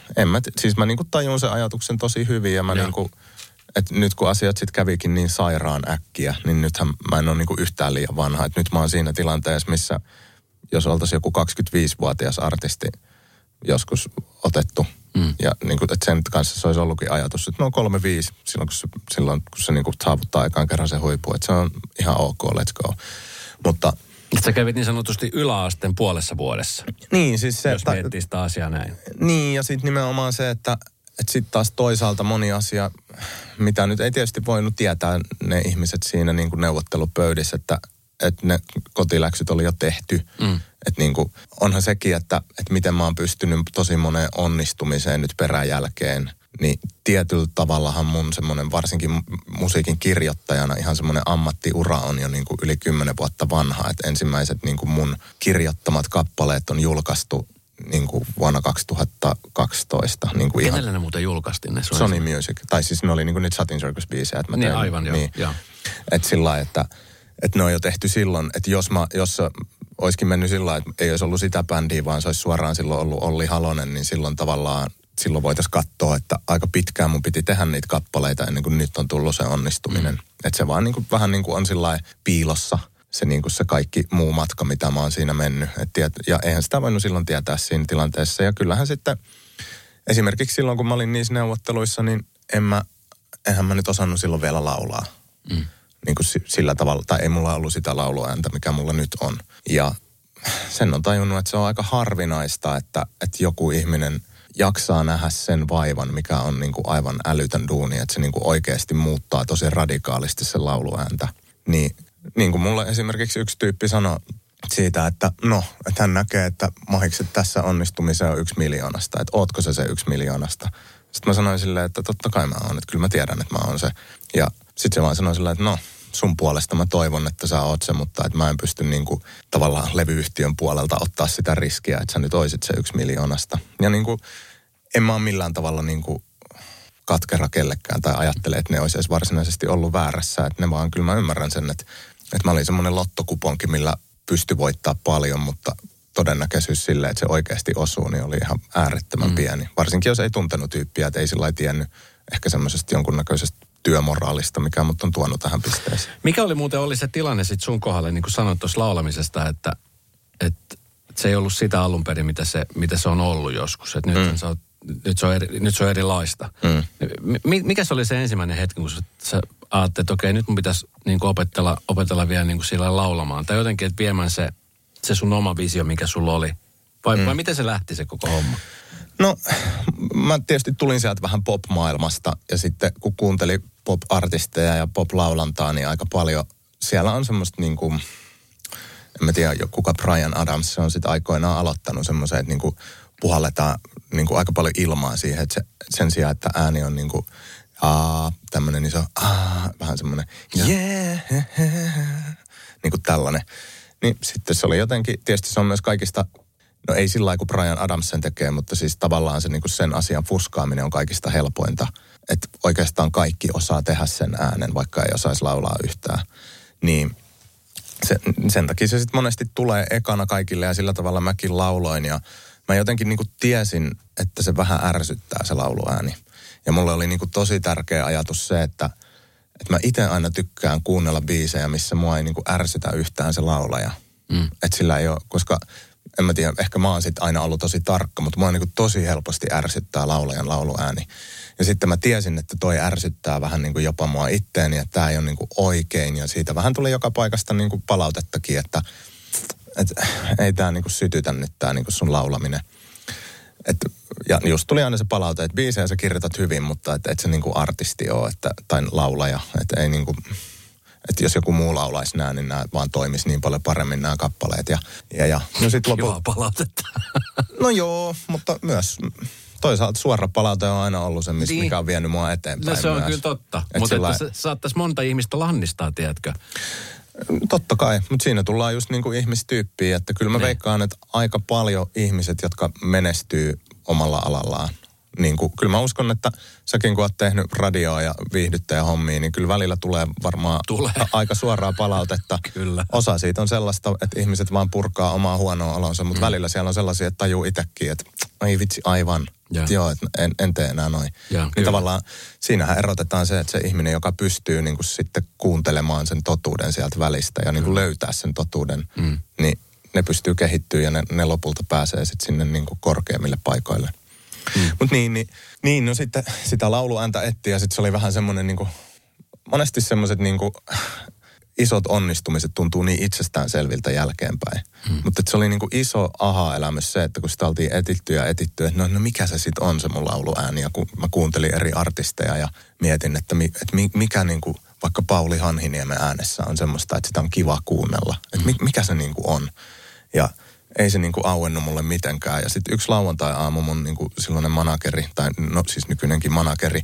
en mä, t- siis mä niinku tajun sen ajatuksen tosi hyvin ja mä niinku, että nyt kun asiat sitten kävikin niin sairaan äkkiä, niin nythän mä en ole niinku yhtään liian vanha. Että nyt mä oon siinä tilanteessa, missä jos oltaisiin joku kaksikymmentäviisivuotias artisti joskus otettu, mm. ja niinku, että sen kanssa se olisi ollutkin ajatus, että no kolme viisi silloin, kun se, silloin, kun se niinku saavuttaa ekaan kerran se huipu, että se on ihan ok, let's go. Mutta sä kävit niin sanotusti yläasteen puolessa vuodessa. Niin, siis se... Jos miettii sitä asiaa näin. Niin, ja sitten nimenomaan se, että, että sitten taas toisaalta moni asia, mitä nyt ei tietysti voinut tietää ne ihmiset siinä niin kuin neuvottelupöydissä, että, että ne kotiläksyt oli jo tehty. Mm. Että niin kuin, onhan sekin, että, että miten mä oon pystynyt tosi moneen onnistumiseen nyt peräjälkeen. Niin tietyllä tavallahan mun semmoinen, varsinkin musiikin kirjoittajana, ihan semmoinen ammattiura on jo niin kuin yli kymmenen vuotta vanha. Että ensimmäiset niin kuin mun kirjoittamat kappaleet on julkaistu niin kuin vuonna kaksituhattakaksitoista. Niin kuin kenelle ihan ne muuten julkaistiin? Ne Sony Music. Tai siis ne oli niin kuin niitä Satin Circus-biisejä. Että mä niin tein, aivan, joo. Niin, joo. että sillä lailla, että, että ne on jo tehty silloin, että jos mä, jos olisikin mennyt sillä lailla, että ei olisi ollut sitä bändiä, vaan se olisi suoraan silloin ollut Olli Halonen, niin silloin tavallaan silloin voitaisiin katsoa, että aika pitkään mun piti tehdä niitä kappaleita ennen kuin nyt on tullut se onnistuminen. Mm. Että se vaan niin kuin, vähän niin kuin on sillä piilossa se, niin kuin se kaikki muu matka, mitä mä oon siinä mennyt. Et tiet, ja eihän sitä voinut silloin tietää siinä tilanteessa. Ja kyllähän sitten esimerkiksi silloin, kun mä olin niissä neuvotteluissa, niin en mä, enhän mä nyt osannut silloin vielä laulaa. Mm. Niin kuin sillä tavalla, tai ei mulla ollut sitä lauluääntä, mikä mulla nyt on. Ja sen on tajunnut, että se on aika harvinaista, että, että joku ihminen jaksaa nähdä sen vaivan, mikä on niin kuin aivan älytön duuni, että se niin kuin oikeasti muuttaa tosi radikaalisti sen lauluääntä. Niin, niin kuin mulle esimerkiksi yksi tyyppi sanoi siitä, että no, että hän näkee, että mahikset tässä onnistumiseen on yksi miljoonasta, että ootko se se yksi miljoonasta. Sitten mä sanoin silleen, että totta kai mä oon, että kyllä mä tiedän, että mä oon se. Ja sitten se vaan sanoi silleen, että no, sun puolesta mä toivon, että sä oot se, mutta että mä en pysty niinku tavallaan levyyhtiön puolelta ottaa sitä riskiä, että sä nyt oisit se yksi miljoonasta. Ja niinku en mä ole millään tavalla niinku katkera kellekään tai ajattele, että ne olisi edes varsinaisesti ollut väärässä. Että ne vaan, kyllä mä ymmärrän sen, että, että mä olin semmoinen lottokuponki, millä pystyi voittaa paljon, mutta todennäköisyys sille, että se oikeasti osuu, niin oli ihan äärettömän mm. pieni. Varsinkin jos ei tuntenut tyyppiä, että ei sillä lailla tiennyt ehkä semmoisesta jonkunnäköisestä työmoraalista, mikä mut on tuonut tähän pisteeseen. Mikä oli muuten oli se tilanne sitten sun kohdalle, niin kuin sanoit tuossa laulamisesta, että, että se ei ollut sitä alun perin, mitä se, mitä se on ollut joskus. Että nyt, mm. sä oot, nyt, se on eri, nyt se on erilaista. Mm. Mikä se oli se ensimmäinen hetki, kun sä ajattelet, että okei, nyt mun pitäisi niin kuin opetella, opetella vielä niin kuin sillä laulamaan. Tai jotenkin, että viemään se, se sun oma visio, mikä sulla oli. Vai, mm. vai miten se lähti se koko homma? No, mä tietysti tulin sieltä vähän pop-maailmasta ja sitten kun kuuntelin pop-artisteja ja pop-laulantaa, niin aika paljon siellä on semmoista niin kuin, en mä tiedä kuka Bryan Adams, se on sitten aikoinaan aloittanut semmoisen, että niin kuin puhalletaan niin kuin aika paljon ilmaa siihen, että se, sen sijaan, että ääni on niin kuin aa, tämmöinen iso aa, vähän semmoinen yeah, niin kuin tällainen. Niin sitten se oli jotenkin, tietysti se on myös kaikista, no ei sillä lailla kuin Bryan Adams sen tekee, mutta siis tavallaan se niin kuin sen asian fuskaaminen on kaikista helpointa. Että oikeastaan kaikki osaa tehdä sen äänen, vaikka ei osaisi laulaa yhtään. Niin se, sen takia se sitten monesti tulee ekana kaikille ja sillä tavalla mäkin lauloin. Ja mä jotenkin niin kuin tiesin, että se vähän ärsyttää se lauluääni. Ja mulle oli niin kuin tosi tärkeä ajatus se, että, että mä itse aina tykkään kuunnella biisejä, missä mua ei niin kuin ärsytä yhtään se laulaja. Mm. Että sillä ei ole, koska en mä tiedä, ehkä mä oon sitten aina ollut tosi tarkka, mutta mua niin kuin tosi helposti ärsyttää laulajan lauluääni. Ja sitten mä tiesin, että toi ärsyttää vähän niin kuin jopa mua itteeni, että tää ei ole niin kuin oikein. Ja siitä vähän tuli joka paikasta niin kuin palautettakin, että, että ei tää niin kuin sytytä nyt tää niin kuin sun laulaminen. Et, ja just tuli aina se palaute, että biisejä sä kirjoitat hyvin, mutta että et se niin kuin artisti ole, että, tai laulaja. Että ei niin kuin, että jos joku muu laulaisi nää, niin nämä vaan toimisi niin paljon paremmin nämä kappaleet. Ja, ja, ja. No sit lopu... Kiva palautetta. No joo, mutta myös toisaalta suora palaute on aina ollut se, niin. mikä on vienyt mua eteenpäin. No se on myös. kyllä totta, Et mutta sillä... että se saattaisi monta ihmistä lannistaa, tiedätkö? Totta kai, mutta siinä tullaan just niin kuin ihmistyyppiin, että kyllä mä ne. veikkaan, että aika paljon ihmiset, jotka menestyy omalla alallaan, niin kuin, kyllä mä uskon, että säkin kun oot tehnyt radioa ja viihdyttäjähommia, niin kyllä välillä tulee varmaan tulee. aika suoraa palautetta. Kyllä. Osa siitä on sellaista, että ihmiset vaan purkaa omaa huonoa olonsa, mutta mm. välillä siellä on sellaisia, että tajuu itsekin, että ai vitsi, aivan. että joo, että en, en tee enää noin. Ja, niin kyllä. Tavallaan siinähän erotetaan se, että se ihminen, joka pystyy niin kuin sitten kuuntelemaan sen totuuden sieltä välistä ja niin kuin löytää sen totuuden, mm. niin ne pystyy kehittyä ja ne, ne lopulta pääsee sitten sinne niin kuin korkeammille paikoille. Mm. Mutta niin, niin, niin, no sitten sitä lauluääntä etti ja sitten se oli vähän semmoinen niin kuin, monesti semmoiset niin kuin isot onnistumiset tuntuu niin itsestäänselviltä jälkeenpäin. Hmm. Mutta se oli niinku iso aha-elämys se, että kun sitä oltiin etitty ja etitty, että no, no mikä se sitten on se mun lauluääni. Ja kun mä kuuntelin eri artisteja ja mietin, että, mi, että mikä niinku vaikka Pauli Hanhiniemen äänessä on semmoista, että sitä on kiva kuunnella. Että hmm. mikä se niinku on. Ja ei se niinku auennut mulle mitenkään. Ja sitten yksi lauantai-aamu mun niinku silloinen manageri, tai no siis nykyinenkin manageri,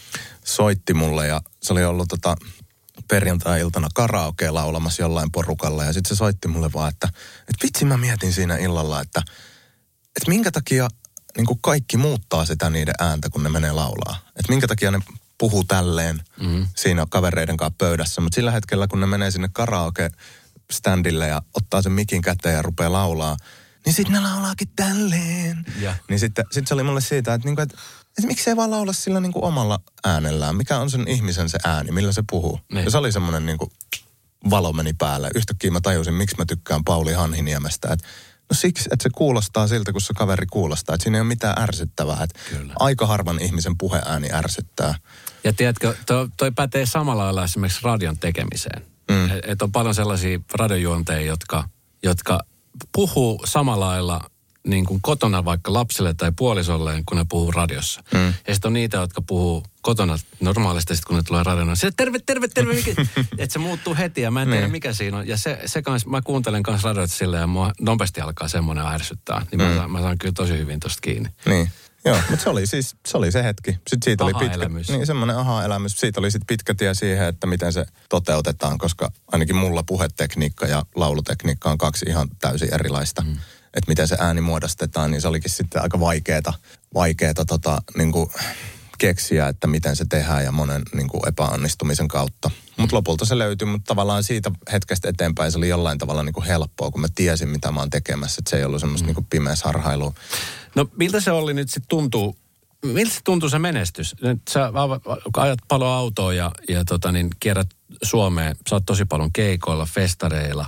soitti mulle ja se oli ollut tota perjantai-iltana karaokea laulamassa jollain porukalla ja sitten se soitti mulle vaan, että, että vitsi mä mietin siinä illalla, että, että minkä takia niin kuin kaikki muuttaa sitä niiden ääntä, kun ne menee laulaa. Että minkä takia ne puhuu tälleen mm-hmm. siinä kavereiden kanssa pöydässä, mutta sillä hetkellä kun ne menee sinne karaoke-standille ja ottaa sen mikin käteen ja rupeaa laulaa, niin sitten ne laulaakin tälleen. Yeah. Niin sitten sit se oli mulle siitä, että, niinku, että että miksi ei vaan laula sillä niin kuin omalla äänellään? Mikä on sen ihmisen se ääni, millä se puhuu? Niin. Ja se oli semmoinen niin kuin valo meni päälle. Yhtäkkiä mä tajusin, miksi mä tykkään Pauli Hanhiniemestä. Että no siksi, että se kuulostaa siltä, kun se kaveri kuulostaa. Että siinä ei ole mitään ärsyttävää. Että aika harvan ihmisen puheääni ärsyttää. Ja tiedätkö, toi, toi pätee samalla lailla esimerkiksi radion tekemiseen. Mm. Että et on paljon sellaisia radiojuonteja, jotka, jotka puhuu samalla lailla niin kuin kotona vaikka lapsille tai puolisolleen, kun ne puhuu radiossa. Mm. Ja sitten on niitä, jotka puhuu kotona normaalisti, sitten kun ne tulee radioon. Sitten terve, terve, terve, että se muuttuu heti ja mä en tiedä mikä siinä on. Ja se, se kans, mä kuuntelen kanssa radioita silleen ja mua nopeasti alkaa semmoinen ärsyttää. Niin mm. mä, saan, mä saan kyllä tosi hyvin tosta kiinni. Niin. Joo, mutta se oli siis, se oli se hetki. Sitten siitä oli pitkä, niin semmoinen aha-elämys. Siitä oli sitten pitkä tie siihen, että miten se toteutetaan, koska ainakin mulla puhetekniikka ja laulutekniikka on kaksi ihan täysin erilaista. Mm. Että miten se ääni muodostetaan, niin se olikin sitten aika vaikeeta, vaikeeta tota, niin kuin keksiä, että miten se tehdään ja monen niin kuin epäonnistumisen kautta. Mutta lopulta se löytyi, mutta tavallaan siitä hetkestä eteenpäin se oli jollain tavalla niin kuin helppoa, kun mä tiesin, mitä mä oon tekemässä. Että se ei ollut semmoista mm. niin kuin pimeässä harhailua. No miltä se oli nyt sitten tuntuu, miltä se tuntuu se menestys? Nyt sä ajat paljon autoa ja, ja tota niin, kierrät Suomeen, sä oot tosi paljon keikoilla, festareilla.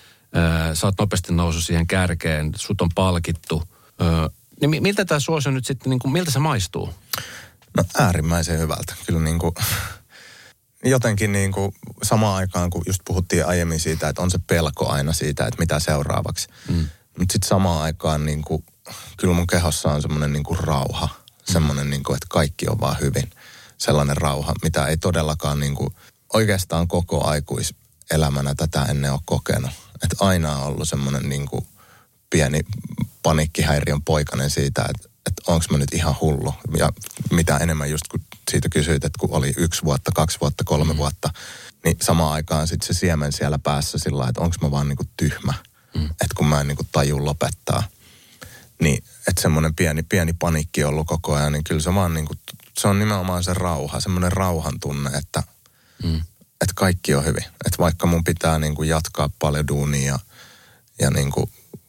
Sä oot nopeasti noussut siihen kärkeen, sut on palkittu. Niin miltä tämä suosio nyt sitten, niin kuin, miltä se maistuu? No äärimmäisen hyvältä. Kyllä niin kuin, jotenkin niin kuin samaan aikaan, kun just puhuttiin aiemmin siitä, että on se pelko aina siitä, että mitä seuraavaksi. Mm. Mutta sitten samaan aikaan niin kuin, kyllä mun kehossa on semmoinen niin kuin rauha. Mm. Semmoinen, niin kuin, että kaikki on vaan hyvin. Sellainen rauha, mitä ei todellakaan niin kuin, oikeastaan koko aikuiselämänä tätä ennen ole kokenut. Että aina on ollut semmoinen niin kuin pieni paniikkihäiriön poikainen siitä, että, että onko mä nyt ihan hullu. Ja mitä enemmän just kun siitä kysyit, että kun oli yksi vuotta, kaksi vuotta, kolme mm. vuotta, niin samaan aikaan sitten se siemen siellä päässä sillä lailla, että onko mä vaan niin kuin tyhmä. Mm. Että kun mä en niin kuin taju lopettaa. Niin, että semmoinen pieni, pieni paniikki on ollut koko ajan, niin kyllä se vaan niin kuin, se on nimenomaan se rauha, semmoinen rauhan tunne, että mm. että kaikki on hyvin. Että vaikka mun pitää niin kuin jatkaa paljon duunia ja, ja niin kuin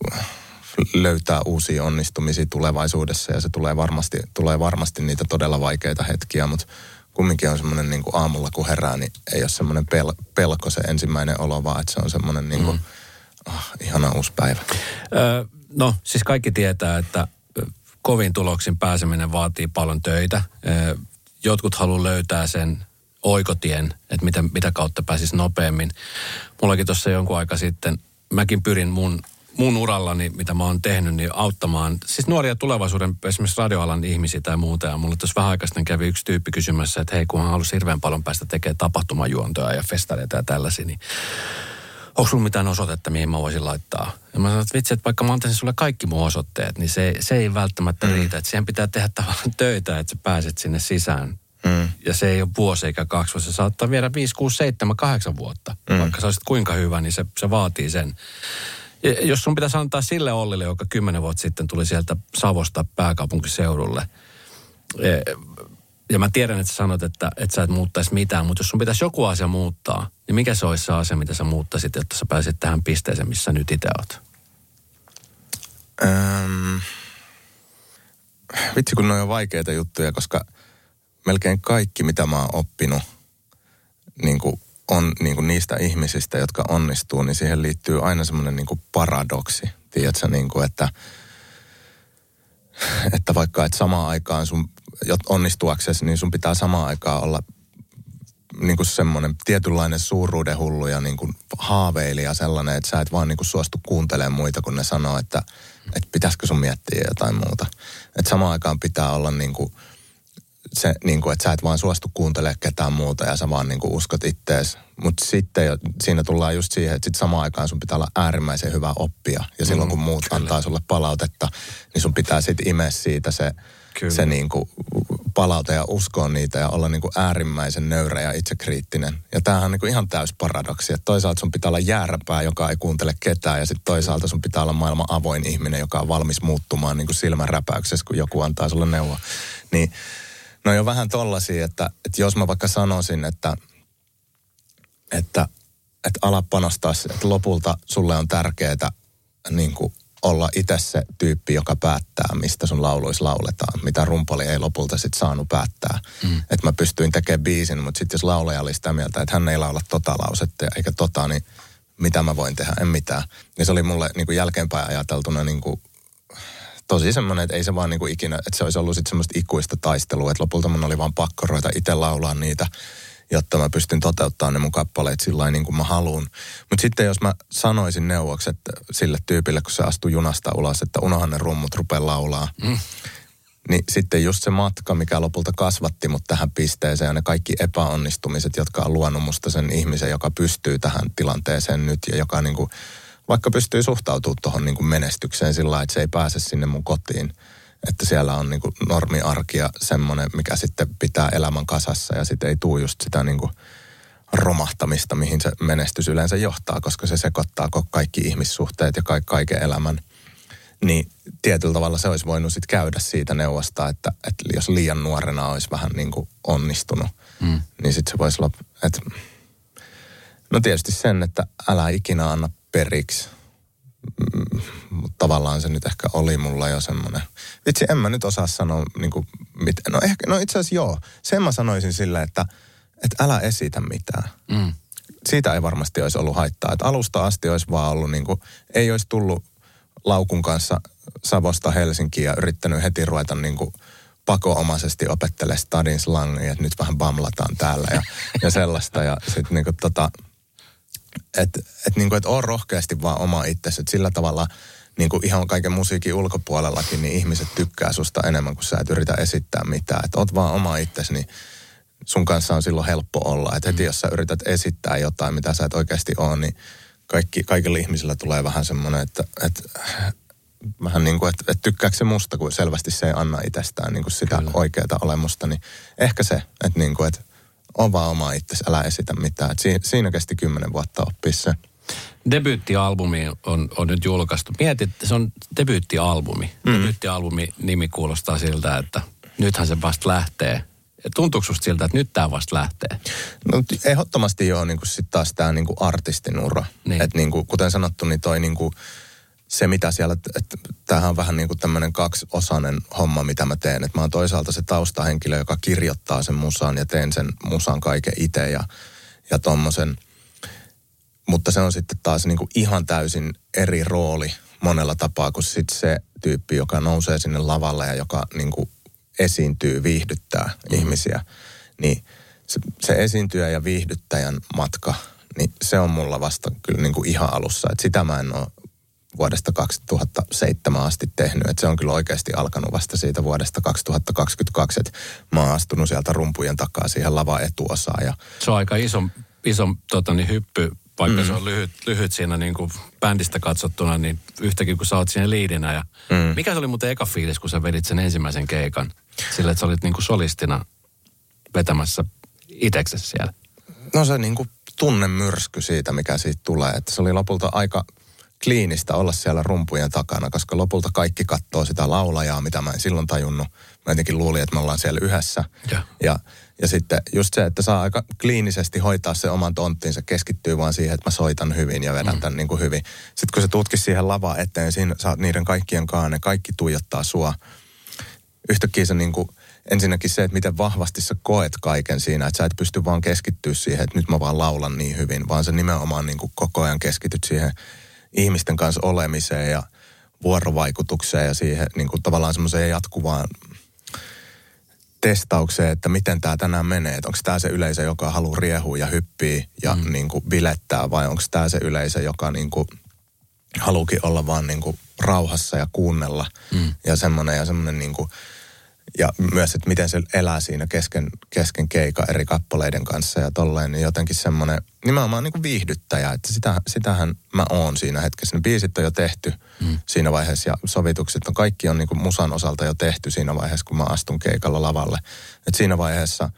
löytää uusia onnistumisia tulevaisuudessa ja se tulee varmasti, tulee varmasti niitä todella vaikeita hetkiä, mutta kumminkin on semmoinen niin kuin aamulla kun herää, niin ei ole semmoinen pel- pelko se ensimmäinen olo, vaan että se on semmoinen niin kuin, mm. oh, ihana uusi päivä. Öö, no siis kaikki tietää, että kovin tuloksin pääseminen vaatii paljon töitä. Öö, jotkut haluaa löytää sen oikotien, että mitä, mitä kautta pääsisi nopeammin. Mullakin tuossa jonkun aika sitten, mäkin pyrin mun, mun urallani, mitä mä oon tehnyt, niin auttamaan siis nuoria tulevaisuuden esimerkiksi radioalan ihmisiä tai muuta. Ja mulle tuossa vähän aikaa sitten kävi yksi tyyppi kysymässä, että hei, kun hän halusi hirveän paljon päästä tekemään tapahtumajuontoja ja festareita ja tällaisia, niin onko sulla mitään osoitetta, mihin mä voisin laittaa? Ja mä sanoin, että vitsi, että vaikka mä antaisin sulle kaikki mun osoitteet, niin se, se ei välttämättä mm. riitä. Että siihen pitää tehdä tavallaan töitä, että sä pääset sinne sisään. Mm. Ja se ei ole vuosi eikä kaksi vuotta. Se saattaa viedä viisi, kuusi, seitsemän, kahdeksan vuotta. Mm. Vaikka sä olisit kuinka hyvä, niin se, se vaatii sen. Ja jos sun pitäisi antaa sille Ollille, joka kymmenen vuotta sitten tuli sieltä Savosta pääkaupunkiseudulle. Ja mä tiedän, että sä sanot, että, että sä et muuttaisi mitään, mutta jos sun pitäisi joku asia muuttaa, niin mikä se olisi se asia, mitä sä muuttaisit, jotta sä pääsit tähän pisteeseen, missä nyt itse oot? Ähm, vitsi kun ne on vaikeita juttuja, koska melkein kaikki, mitä mä oon oppinut, niin kuin on niin kuin niistä ihmisistä, jotka onnistuu, niin siihen liittyy aina semmoinen niin kuin paradoksi. Tiedätkö, niin kuin, että, että vaikka et samaan aikaan sun onnistuaksesi, niin sun pitää samaan aikaan olla niin kuin semmoinen tietynlainen suuruuden hullu ja niin kuin haaveilija sellainen, että sä et vaan niin kuin suostu kuuntelemaan muita, kun ne sanoo, että, että pitäisikö sun miettiä jotain muuta. Että samaan aikaan pitää olla niin kuin se, niin kuin, että sä et vaan suostu kuuntelemaan ketään muuta ja sä vaan niin kuin uskot ittees. Mutta sitten jo, siinä tullaan just siihen, että sit samaan aikaan sun pitää olla äärimmäisen hyvä oppia. Ja silloin kun muut mm, antaa sulle palautetta, niin sun pitää sitten imeä siitä se, se niin kuin palaute ja uskoa niitä ja olla niin kuin äärimmäisen nöyrä ja itsekriittinen. Ja tämähän on niin kuin ihan täys paradoksi. Että toisaalta sun pitää olla jääräpää, joka ei kuuntele ketään, ja sitten toisaalta sun pitää olla maailman avoin ihminen, joka on valmis muuttumaan niin kuin silmänräpäyksessä, kun joku antaa sulle neuvoa. Niin no jo vähän tollaisia, että, että jos mä vaikka sanoisin, että, että, että ala panostaa, että lopulta sulle on tärkeää niin kuin olla itse se tyyppi, joka päättää, mistä sun lauluissa lauletaan, mitä rumpali ei lopulta sitten saanut päättää. Mm. Että mä pystyin tekemään biisin, mutta sitten jos laulaja oli sitä mieltä, että hän ei laula tota lausetta eikä tota, niin mitä mä voin tehdä, en mitään. Ja se oli mulle niin kuin jälkeenpäin ajateltuna niin kuin tosi semmoinen, että ei se vaan niin kuin ikinä, että se olisi ollut sitten semmoista ikuista taistelua, että lopulta mun oli vaan pakko ruveta itse laulaa niitä, jotta mä pystyn toteuttamaan ne mun kappaleet sillä lailla niin kuin mä haluun. Mutta sitten jos mä sanoisin neuvoksi että sille tyypille, kun se astui junasta ulos, että unohan ne rummut, rupea laulaa, mm. niin sitten just se matka, mikä lopulta kasvatti mut tähän pisteeseen ja ne kaikki epäonnistumiset, jotka on luonut musta sen ihmisen, joka pystyy tähän tilanteeseen nyt ja joka niin kuin vaikka pystyy suhtautumaan tuohon niin kuin menestykseen sillä lailla, että se ei pääse sinne mun kotiin. Että siellä on niin kuin normiarki ja semmoinen, mikä sitten pitää elämän kasassa ja sitten ei tule just sitä niin kuin romahtamista, mihin se menestys yleensä johtaa, koska se sekoittaa kaikki ihmissuhteet ja ka- kaiken elämän. Niin tietyllä tavalla se olisi voinut sitten käydä siitä neuvosta, että, että jos liian nuorena olisi vähän niin kuin onnistunut, mm. niin sitten se voisi olla, että no tietysti sen, että älä ikinä anna periksi. Mm, mutta tavallaan se nyt ehkä oli mulla jo semmoinen. Vitsi, en mä nyt osaa sanoa niin kuin, mit, no, ehkä, no itse asiassa joo. Sen mä sanoisin sille, että, että älä esitä mitään. Mm. Siitä ei varmasti olisi ollut haittaa. Että alusta asti olisi vaan ollut niin kuin, ei olisi tullut laukun kanssa Savosta Helsinkiin ja yrittänyt heti ruveta niin kuin pakoomaisesti opettelemaan stadin slangia, että nyt vähän bamlataan täällä ja, ja sellaista. Ja sitten niin kuin tota Että et niinku, et oo rohkeasti vaan oma itsesi. Että sillä tavalla niinku ihan kaiken musiikin ulkopuolellakin, niin ihmiset tykkää susta enemmän, kun sä et yritä esittää mitään. Että oot vaan oma itsesi, niin sun kanssa on silloin helppo olla. Että heti jos sä yrität esittää jotain, mitä sä et oikeasti ole, niin kaikki, kaikilla ihmisillä tulee vähän semmoinen, että, että vähän niin kuin, että, että tykkääkö se musta, kun selvästi se ei anna itsestään niin kuin sitä Kyllä. oikeaa olemusta. Niin ehkä se, että niin kuin, että on vaan oma itsesi, älä esitä mitään. Et siinä, siinä kesti kymmenen vuotta oppia se. Debyyttialbumi on, on nyt julkaistu. Mietit, se on debyyttialbumi. Mm. Debyyttialbumi nimi kuulostaa siltä, että nythän se vasta lähtee. Tuntuuko susta siltä, että nyt tämä vasta lähtee? No ehdottomasti joo, niin kuin sitten taas tämä niin kuin artistin ura. Niin. Että niin kuin, kuten sanottu, niin toi niin kuin se mitä siellä, että tämähän on vähän niin kuin tämmöinen kaksiosainen homma, mitä mä teen. Että mä oon toisaalta se taustahenkilö, joka kirjoittaa sen musan ja teen sen musan kaiken itse ja, ja tommosen. Mutta se on sitten taas niin kuin ihan täysin eri rooli monella tapaa kuin sitten se tyyppi, joka nousee sinne lavalle ja joka niin kuin esiintyy, viihdyttää mm. ihmisiä. Niin se, se esiintyjä ja viihdyttäjän matka, niin se on mulla vasta kyllä niin kuin ihan alussa. Että sitä mä en ole vuodesta kaksituhattaseitsemän asti tehnyt. Että se on kyllä oikeasti alkanut vasta siitä vuodesta kaksituhattakaksikymmentäkaksi, että mä oon astunut sieltä rumpujen takaa siihen lava etuosaan. Ja se on aika iso, iso tota, niin hyppy, vaikka mm. se on lyhyt, lyhyt siinä niin kuin bändistä katsottuna, niin yhtäkin kun sä oot siinä liidinä. Ja mm. mikä se oli muuten eka fiilis, kun sä vedit sen ensimmäisen keikan? Sillä, että sä olit niin kuin solistina vetämässä itseksesi siellä. No se niin kuin tunnemyrsky siitä, mikä siitä tulee. Että se oli lopulta aika kliinistä olla siellä rumpujen takana, koska lopulta kaikki katsoo sitä laulajaa, mitä mä en silloin tajunnut. Mä jotenkin luulin, että me ollaan siellä yhdessä. Ja, ja, ja sitten just se, että saa aika kliinisesti hoitaa se oman tonttinsa, keskittyy vaan siihen, että mä soitan hyvin ja vedän mm. tämän niin kuin hyvin. Sitten kun se tutkisi siihen lavaan eteen, siinä sä oot niiden kaikkien kanssa, ne kaikki tuijottaa sua. yhtäkkiä se niin kuin, ensinnäkin se, että miten vahvasti sä koet kaiken siinä, että sä et pysty vaan keskittyä siihen, että nyt mä vaan laulan niin hyvin, vaan sä nimenomaan niin kuin koko ajan keskityt siihen ihmisten kanssa olemiseen ja vuorovaikutukseen ja siihen niin kuin tavallaan semmoiseen jatkuvaan testaukseen, että miten tämä tänään menee. Että onko tämä se yleisö, joka haluaa riehua ja hyppii ja mm. niin kuin bilettää, vai onko tämä se yleisö, joka niin kuin haluukin olla vaan niin kuin rauhassa ja kuunnella mm. ja semmoinen ja semmoinen niin kuin, ja myös, että miten se elää siinä kesken, kesken keika eri kappaleiden kanssa ja tolleen, niin jotenkin semmoinen nimenomaan niin kuin viihdyttäjä, että sitä, sitähän mä oon siinä hetkessä. Ne biisit on jo tehty mm. siinä vaiheessa ja sovitukset on, kaikki on niin kuin musan osalta jo tehty siinä vaiheessa, kun mä astun keikalla lavalle. Että siinä vaiheessa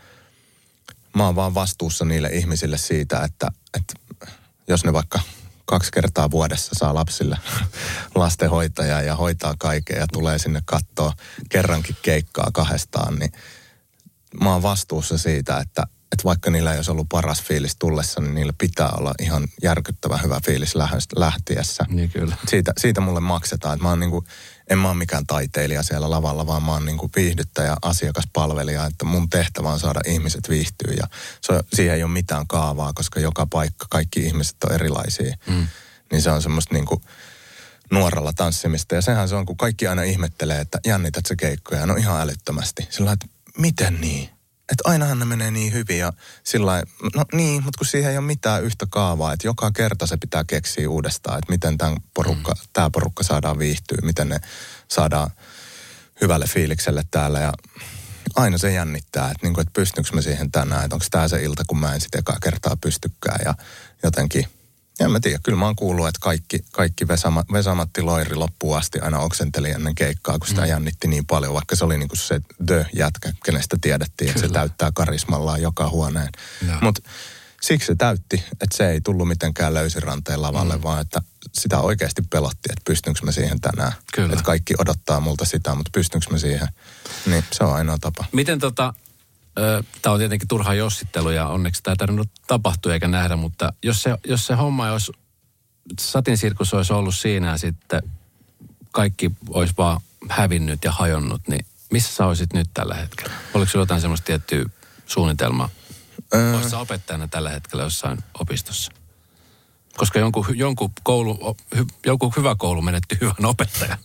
mä oon vaan vastuussa niille ihmisille siitä, että, että jos ne vaikka kaksi kertaa vuodessa saa lapsille lastenhoitajaa ja hoitaa kaiken ja tulee sinne katsoa kerrankin keikkaa kahdestaan, niin mä oon vastuussa siitä, että, että vaikka niillä ei olisi ollut paras fiilis tullessa, niin niillä pitää olla ihan järkyttävän hyvä fiilis lähtiessä. Niin kyllä. Siitä, siitä mulle maksetaan, että mä oon niinku, en mä ole mikään taiteilija siellä lavalla, vaan mä oon niinku viihdyttäjä, asiakaspalvelija, että mun tehtävä on saada ihmiset viihtyä ja se, siihen ei ole mitään kaavaa, koska joka paikka, kaikki ihmiset on erilaisia. Mm. Niin se on semmoista niinku nuoralla tanssimista ja sehän se on, kun kaikki aina ihmettelee, että jännität se keikkoja, no ihan älyttömästi. Sillä että miten niin? Että ainahan ne menee niin hyvin ja sillä no niin, mutta kun siihen ei ole mitään yhtä kaavaa, että joka kerta se pitää keksiä uudestaan, että miten tämän porukka, mm. tämä porukka saadaan viihtyä, miten ne saadaan hyvälle fiilikselle täällä ja aina se jännittää, että, niin kuin, että pystynkö mä siihen tänään, että onko tämä se ilta, kun mä en sitten ekaa kertaa pystykään ja jotenkin, en mä tiedä, kyllä mä oon kuullut, että kaikki, kaikki Vesama, Vesamatti Loiri loppuun asti aina oksenteli ennen keikkaa, kun sitä mm. jännitti niin paljon, vaikka se oli niin kuin se The-jätkä, kenestä tiedettiin, kyllä. Että se täyttää karismallaan joka huoneen. Mutta siksi se täytti, että se ei tullut mitenkään löysiranteen lavalle, mm. vaan että sitä oikeasti pelotti, että pystynkö mä siihen tänään. Kyllä. Että kaikki odottaa multa sitä, mutta pystynkö mä siihen. Niin se on ainoa tapa. Miten tota... Tämä on tietenkin turha jossittelu ja onneksi tämä ei tarvinnut tapahtua eikä nähdä, mutta jos se, jos se homma olisi, satinsirkus olisi ollut siinä ja sitten kaikki olisi vaan hävinnyt ja hajonnut, niin missä sä olisit nyt tällä hetkellä? Oliko sinulla jotain semmoista tiettyä suunnitelmaa? Öö. Oletko sä opettajana tällä hetkellä jossain opistossa? Koska jonkun, jonkun, koulu, jonkun hyvä koulu menetti hyvän opettajan.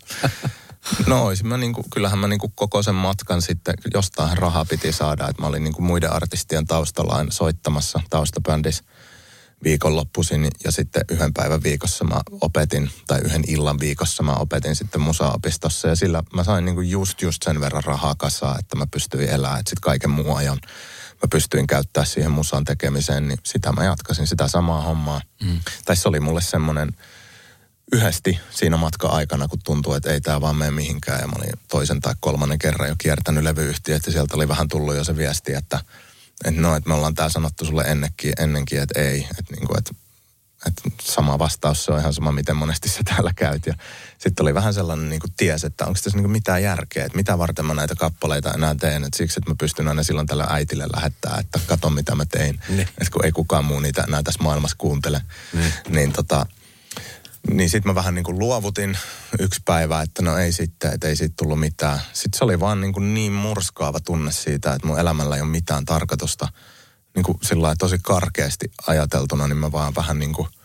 No olisin mä niinku, kyllähän mä niinku koko sen matkan sitten jostain rahaa piti saada, että mä olin niinku muiden artistien taustalla aina soittamassa taustabändissä viikonloppuisin ja sitten yhden päivän viikossa mä opetin, tai yhden illan viikossa mä opetin sitten musaopistossa ja sillä mä sain niinku just just sen verran rahaa kasaan, että mä pystyin elämään, että sitten kaiken muun ajan mä pystyin käyttää siihen musan tekemiseen, niin sitä mä jatkasin, sitä samaa hommaa. Mm. Tai se oli mulle semmoinen yhdesti siinä matka-aikana, kun tuntui, että ei tämä vaan mene mihinkään. Ja mä olin toisen tai kolmannen kerran jo kiertänyt levyyhtiöt ja sieltä oli vähän tullut jo se viesti, että, että no, että me ollaan tää sanottu sulle ennenkin, ennenkin että ei. Että, niin kuin, että, että sama vastaus, se on ihan sama, miten monesti sä täällä käyt. Ja sitten oli vähän sellainen niin kuin ties, että onko tässä niin kuin mitään järkeä, että mitä varten mä näitä kappaleita enää teen. Että siksi, että mä pystyn aina silloin tällä äitille lähettää, että kato mitä mä tein. Niin. Että kun ei kukaan muu niitä enää tässä maailmassa kuuntele. Niin, niin tota... Niin sitten mä vähän niin kuin luovutin yksi päivä, että no ei sitten, että ei siitä tullut mitään. Sitten se oli vaan niin, kuin niin murskaava tunne siitä, että mun elämällä ei ole mitään tarkoitusta. Niin kuin sillä lailla tosi karkeasti ajateltuna, niin mä vaan vähän niin kuin,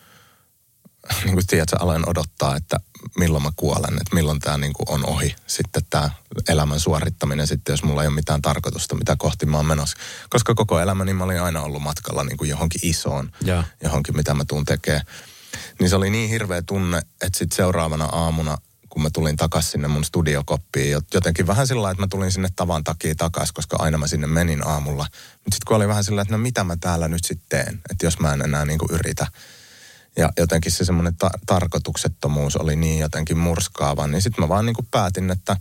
niin kuin tiedätkö, aloin odottaa, että milloin mä kuolen, että milloin tämä niin kuin on ohi. Sitten tämä elämän suorittaminen sitten, jos mulla ei ole mitään tarkoitusta, mitä kohti mä oon menossa. Koska koko elämäni mä olin aina ollut matkalla niin kuin johonkin isoon, ja. johonkin mitä mä tuun tekemään. Niin se oli niin hirveä tunne, että sitten seuraavana aamuna, kun mä tulin takaisin sinne mun studiokoppiin, jotenkin vähän sillä lailla, että mä tulin sinne tavan takia takaisin, koska aina mä sinne menin aamulla. Mutta sitten kun oli vähän sillä että no mitä mä täällä nyt sitten teen, että jos mä en enää niinku yritä. Ja jotenkin se semmoinen ta- tarkoituksettomuus oli niin jotenkin murskaava, niin sitten mä vaan niinku päätin, että,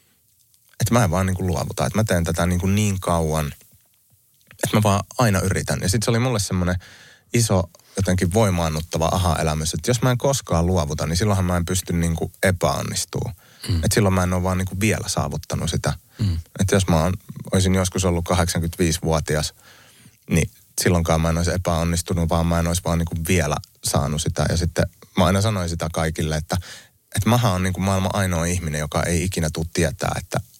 että mä en vaan niinku luovuta, että mä teen tätä niinku niin kauan, että mä vaan aina yritän. Ja sitten se oli mulle semmoinen iso jotenkin voimaannuttava aha-elämys, että jos mä en koskaan luovuta, niin silloinhan mä en pysty niinku epäonnistumaan. Mm. Että silloin mä en ole vaan niinku vielä saavuttanut sitä. Mm. Että jos mä on, olisin joskus ollut kahdeksankymmentäviisivuotias, niin silloinkaan mä en olisi epäonnistunut, vaan mä en olisi vaan niinku vielä saanut sitä. Ja sitten mä aina sanoin sitä kaikille, että, että mähän on niinku maailman ainoa ihminen, joka ei ikinä tule tietää, että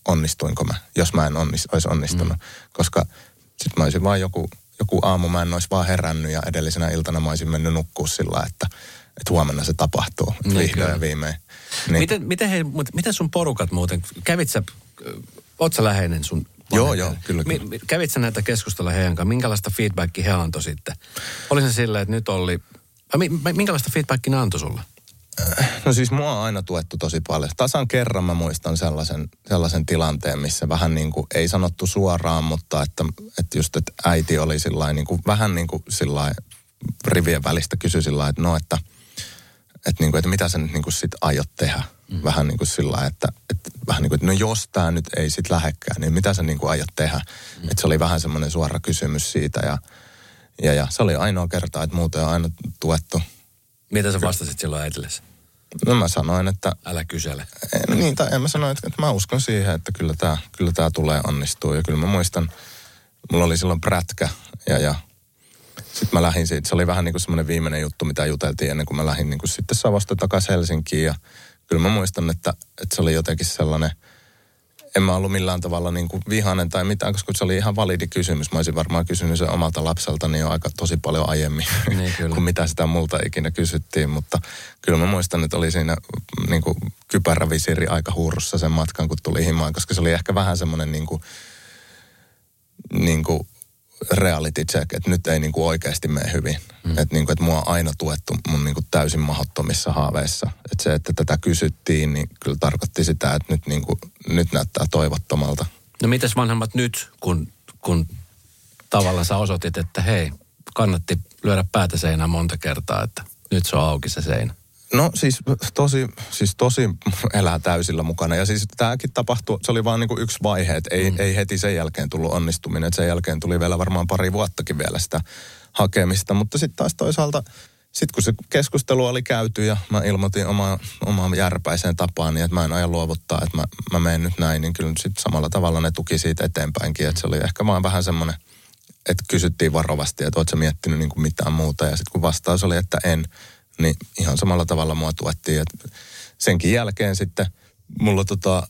onnistuinko mä, jos mä en onnis, olisi onnistunut. Mm. Koska sit mä olisin vaan joku, joku aamu, mä en olisi vaan herännyt ja edellisenä iltana mä olisin mennyt nukkua sillä, että, että huomenna se tapahtuu niin, vihdoin ja viimein. Niin. Miten, miten, hei, miten sun porukat muuten, kävit sä, oot sä läheinen sun vanhempia? Joo, joo, kyllä. kyllä. Mi, kävit sä näitä keskustella heidän kanssa? Minkälaista feedbackia he antoi sitten? Oli se silleen, että nyt oli, minkälaista feedbackia ne antoi sulle? No siis mua on aina tuettu tosi paljon. Tasan kerran mä muistan sellaisen, sellaisen tilanteen, missä vähän niin kuin, ei sanottu suoraan, mutta että, että just, että äiti oli sillain niin kuin, vähän niin kuin sillain rivien välistä kysyi sillain, että no, että, että, niin kuin, että mitä sä nyt niin kuin sit aiot tehdä? Mm. Vähän niin kuin sillain, että, että vähän niin kuin, että no jos tää nyt ei sit lähekkään, niin mitä sä niin kuin aiot tehdä? Mm. Että se oli vähän semmoinen suora kysymys siitä ja, ja, ja se oli ainoa kerta, että muuten on aina tuettu. Mitä sä vastasit silloin äitillesi? No mä sanoin, että... Älä kysele. En, niin, tai en mä sanoin, että, että mä uskon siihen, että kyllä tää, kyllä tää tulee onnistua. Ja kyllä mä muistan, mulla oli silloin prätkä ja, ja sitten mä lähdin siitä. Se oli vähän niin kuin semmoinen viimeinen juttu, mitä juteltiin ennen kuin mä lähdin niin kuin sitten Savosta takaisin Helsinkiin. Ja kyllä mä muistan, että, että se oli jotenkin sellainen... En mä ollut millään tavalla niin kuin vihainen tai mitään, koska se oli ihan validi kysymys. Mä olisin varmaan kysynyt sen omalta lapseltani jo aika tosi paljon aiemmin, niin kuin mitä sitä multa ikinä kysyttiin. Mutta kyllä mä muistan, että oli siinä niin kuin kypärävisiri aika huurussa sen matkan, kun tuli himaan, koska se oli ehkä vähän semmoinen niin kuin, niin kuin reality check, että nyt ei niin kuin oikeasti mene hyvin. Mm. Että, niin kuin, että mua on aina tuettu mun niin kuin täysin mahdottomissa haaveissa. Että se, että tätä kysyttiin, niin kyllä tarkoitti sitä, että nyt, niin kuin, nyt näyttää toivottomalta. No mitäs vanhemmat nyt, kun, kun tavallaan sä osoitit, että hei, kannatti lyödä päätä seinään monta kertaa, että nyt se on auki se seinä? No siis tosi, siis tosi elää täysillä mukana. Ja siis tämäkin tapahtui, se oli vaan niin kuin yksi vaihe, että ei, mm. ei heti sen jälkeen tullut onnistuminen. Että sen jälkeen tuli vielä varmaan pari vuottakin vielä sitä hakemista. Mutta sitten taas toisaalta, sitten kun se keskustelu oli käyty ja mä ilmoitin oma, omaan järpäiseen tapaan, niin että mä en aja luovuttaa, että mä, mä menen nyt näin, niin kyllä sitten samalla tavalla ne tuki siitä eteenpäinkin. Että se oli ehkä vaan vähän semmoinen, että kysyttiin varovasti, että oot sä miettinyt niin kuin mitään muuta. Ja sitten kun vastaus oli, että en, niin ihan samalla tavalla mua tuettiin. Et senkin jälkeen sitten mulla tota,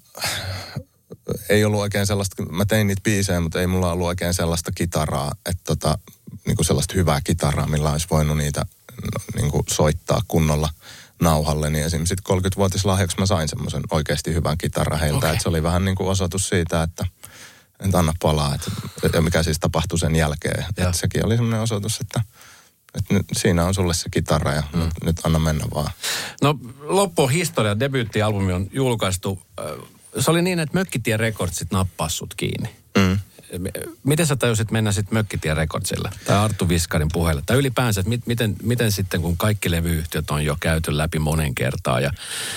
ei ollut oikein sellaista, mä tein niitä biisejä, mutta ei mulla ollut oikein sellaista kitaraa, että tota, niinku sellaista hyvää kitaraa, millä olisi voinut niitä niinku soittaa kunnolla nauhalle. Niin esimerkiksi kolmekymmenvuotislahjaksi mä sain semmoisen oikeasti hyvän kitaran heiltä. Okay. Että se oli vähän niin kuin osoitus siitä, että et anna palaa. Et, ja mikä siis tapahtui sen jälkeen. Että sekin oli semmoinen osoitus, että että nyt siinä on sulle se kitara ja mm. nyt, nyt anna mennä vaan. No loppu on historia, debyyttialbumi on julkaistu. Se oli niin, että Mökkitie Records sit nappasi sut kiinni. Mm. Miten sä tajusit mennä sitten Mökkitie Recordsille tai Arttu Viskarin puheelle? Tai ylipäänsä, että miten, miten sitten kun kaikki levyyhtiöt on jo käyty läpi monen kertaa ja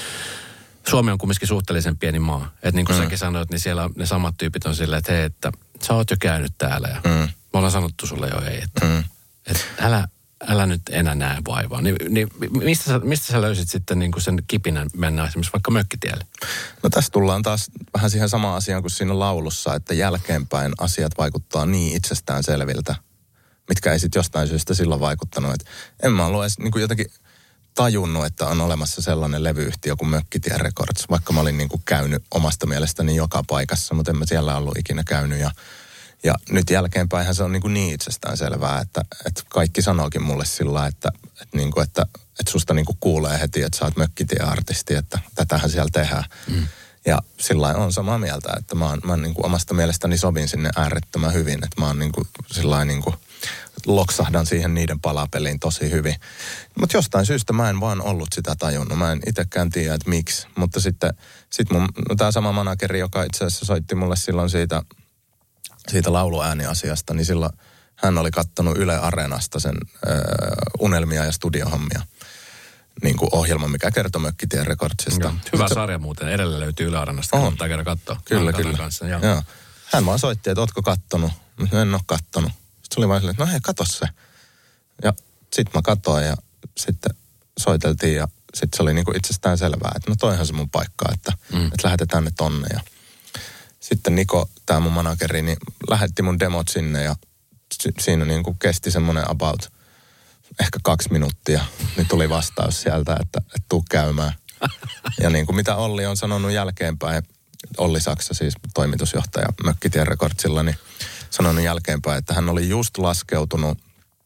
Suomi on kumminkin suhteellisen pieni maa. Että niin kuin mm. säkin sanoit, niin siellä ne samat tyypit on silleen, että hei, että sä oot jo käynyt täällä ja mm. me ollaan sanottu sulle jo hei, että, mm. että älä... älä nyt enää näe vaivaa. Ni, niin mistä, sä, mistä sä löysit sitten niin kuin sen kipinän mennä esimerkiksi vaikka Mökkitielle? No tässä tullaan taas vähän siihen samaan asiaan kuin siinä laulussa, että jälkeenpäin asiat vaikuttaa niin itsestään selviltä, mitkä ei sitten jostain syystä silloin vaikuttanut. Et en mä ollut edes niin kuin jotenkin tajunnut, että on olemassa sellainen levyyhtiö kuin Mökkitie Records, vaikka mä olin niin kuin käynyt omasta mielestäni joka paikassa, mutta en mä siellä ollut ikinä käynyt ja Ja nyt jälkeenpäinhän se on niin, kuin niin itsestään selvää, että, että kaikki sanookin mulle sillä, että, että, niin kuin, että, että susta niin kuin kuulee heti, että sä oot Mökkitie-artisti, että tätähän siellä tehdään. Mm. Ja sillä on samaa mieltä, että mä, oon, mä niin kuin omasta mielestäni sovin sinne äärettömän hyvin, että mä oon niin kuin, sillä niin kuin loksahdan siihen niiden palapeliin tosi hyvin. Mutta jostain syystä mä en vaan ollut sitä tajunnut. Mä en itsekään tiedä, että miksi. Mutta sitten sit mun, no tää sama manageri, joka itse asiassa soitti mulle silloin siitä... siitä lauluääniasiasta, niin silloin hän oli kattonut Yle Areenasta sen äh, unelmia ja studiohommia niin kuin ohjelma, mikä kertoo Mökkitie Recordsista. Joo, hyvä se... sarja muuten, edelleen löytyy Yle Areenasta, kannattaa käydä katsoa. Kyllä, kyllä. Kanssa, joo. Joo. Hän vaan soitti, että ootko kattonut? Mä en ole kattonut. Sitten oli vaan silleen, että no hei, kato se. Ja sit mä katoin ja sitten soiteltiin ja sitten se oli niin kuin itsestään selvää, että no toihan se mun paikka, että, mm. että lähetetään ne tonne ja sitten Niko, tämä mun manageri, niin lähetti mun demot sinne ja si- siinä niin kuin kesti semmoinen about ehkä kaksi minuuttia. Niin tuli vastaus sieltä, että, että tuu käymään. Ja niin kuin mitä Olli on sanonut jälkeenpäin, Olli Saksa, siis toimitusjohtaja Mökkitien Recordsilla, niin sanonut jälkeenpäin, että hän oli just laskeutunut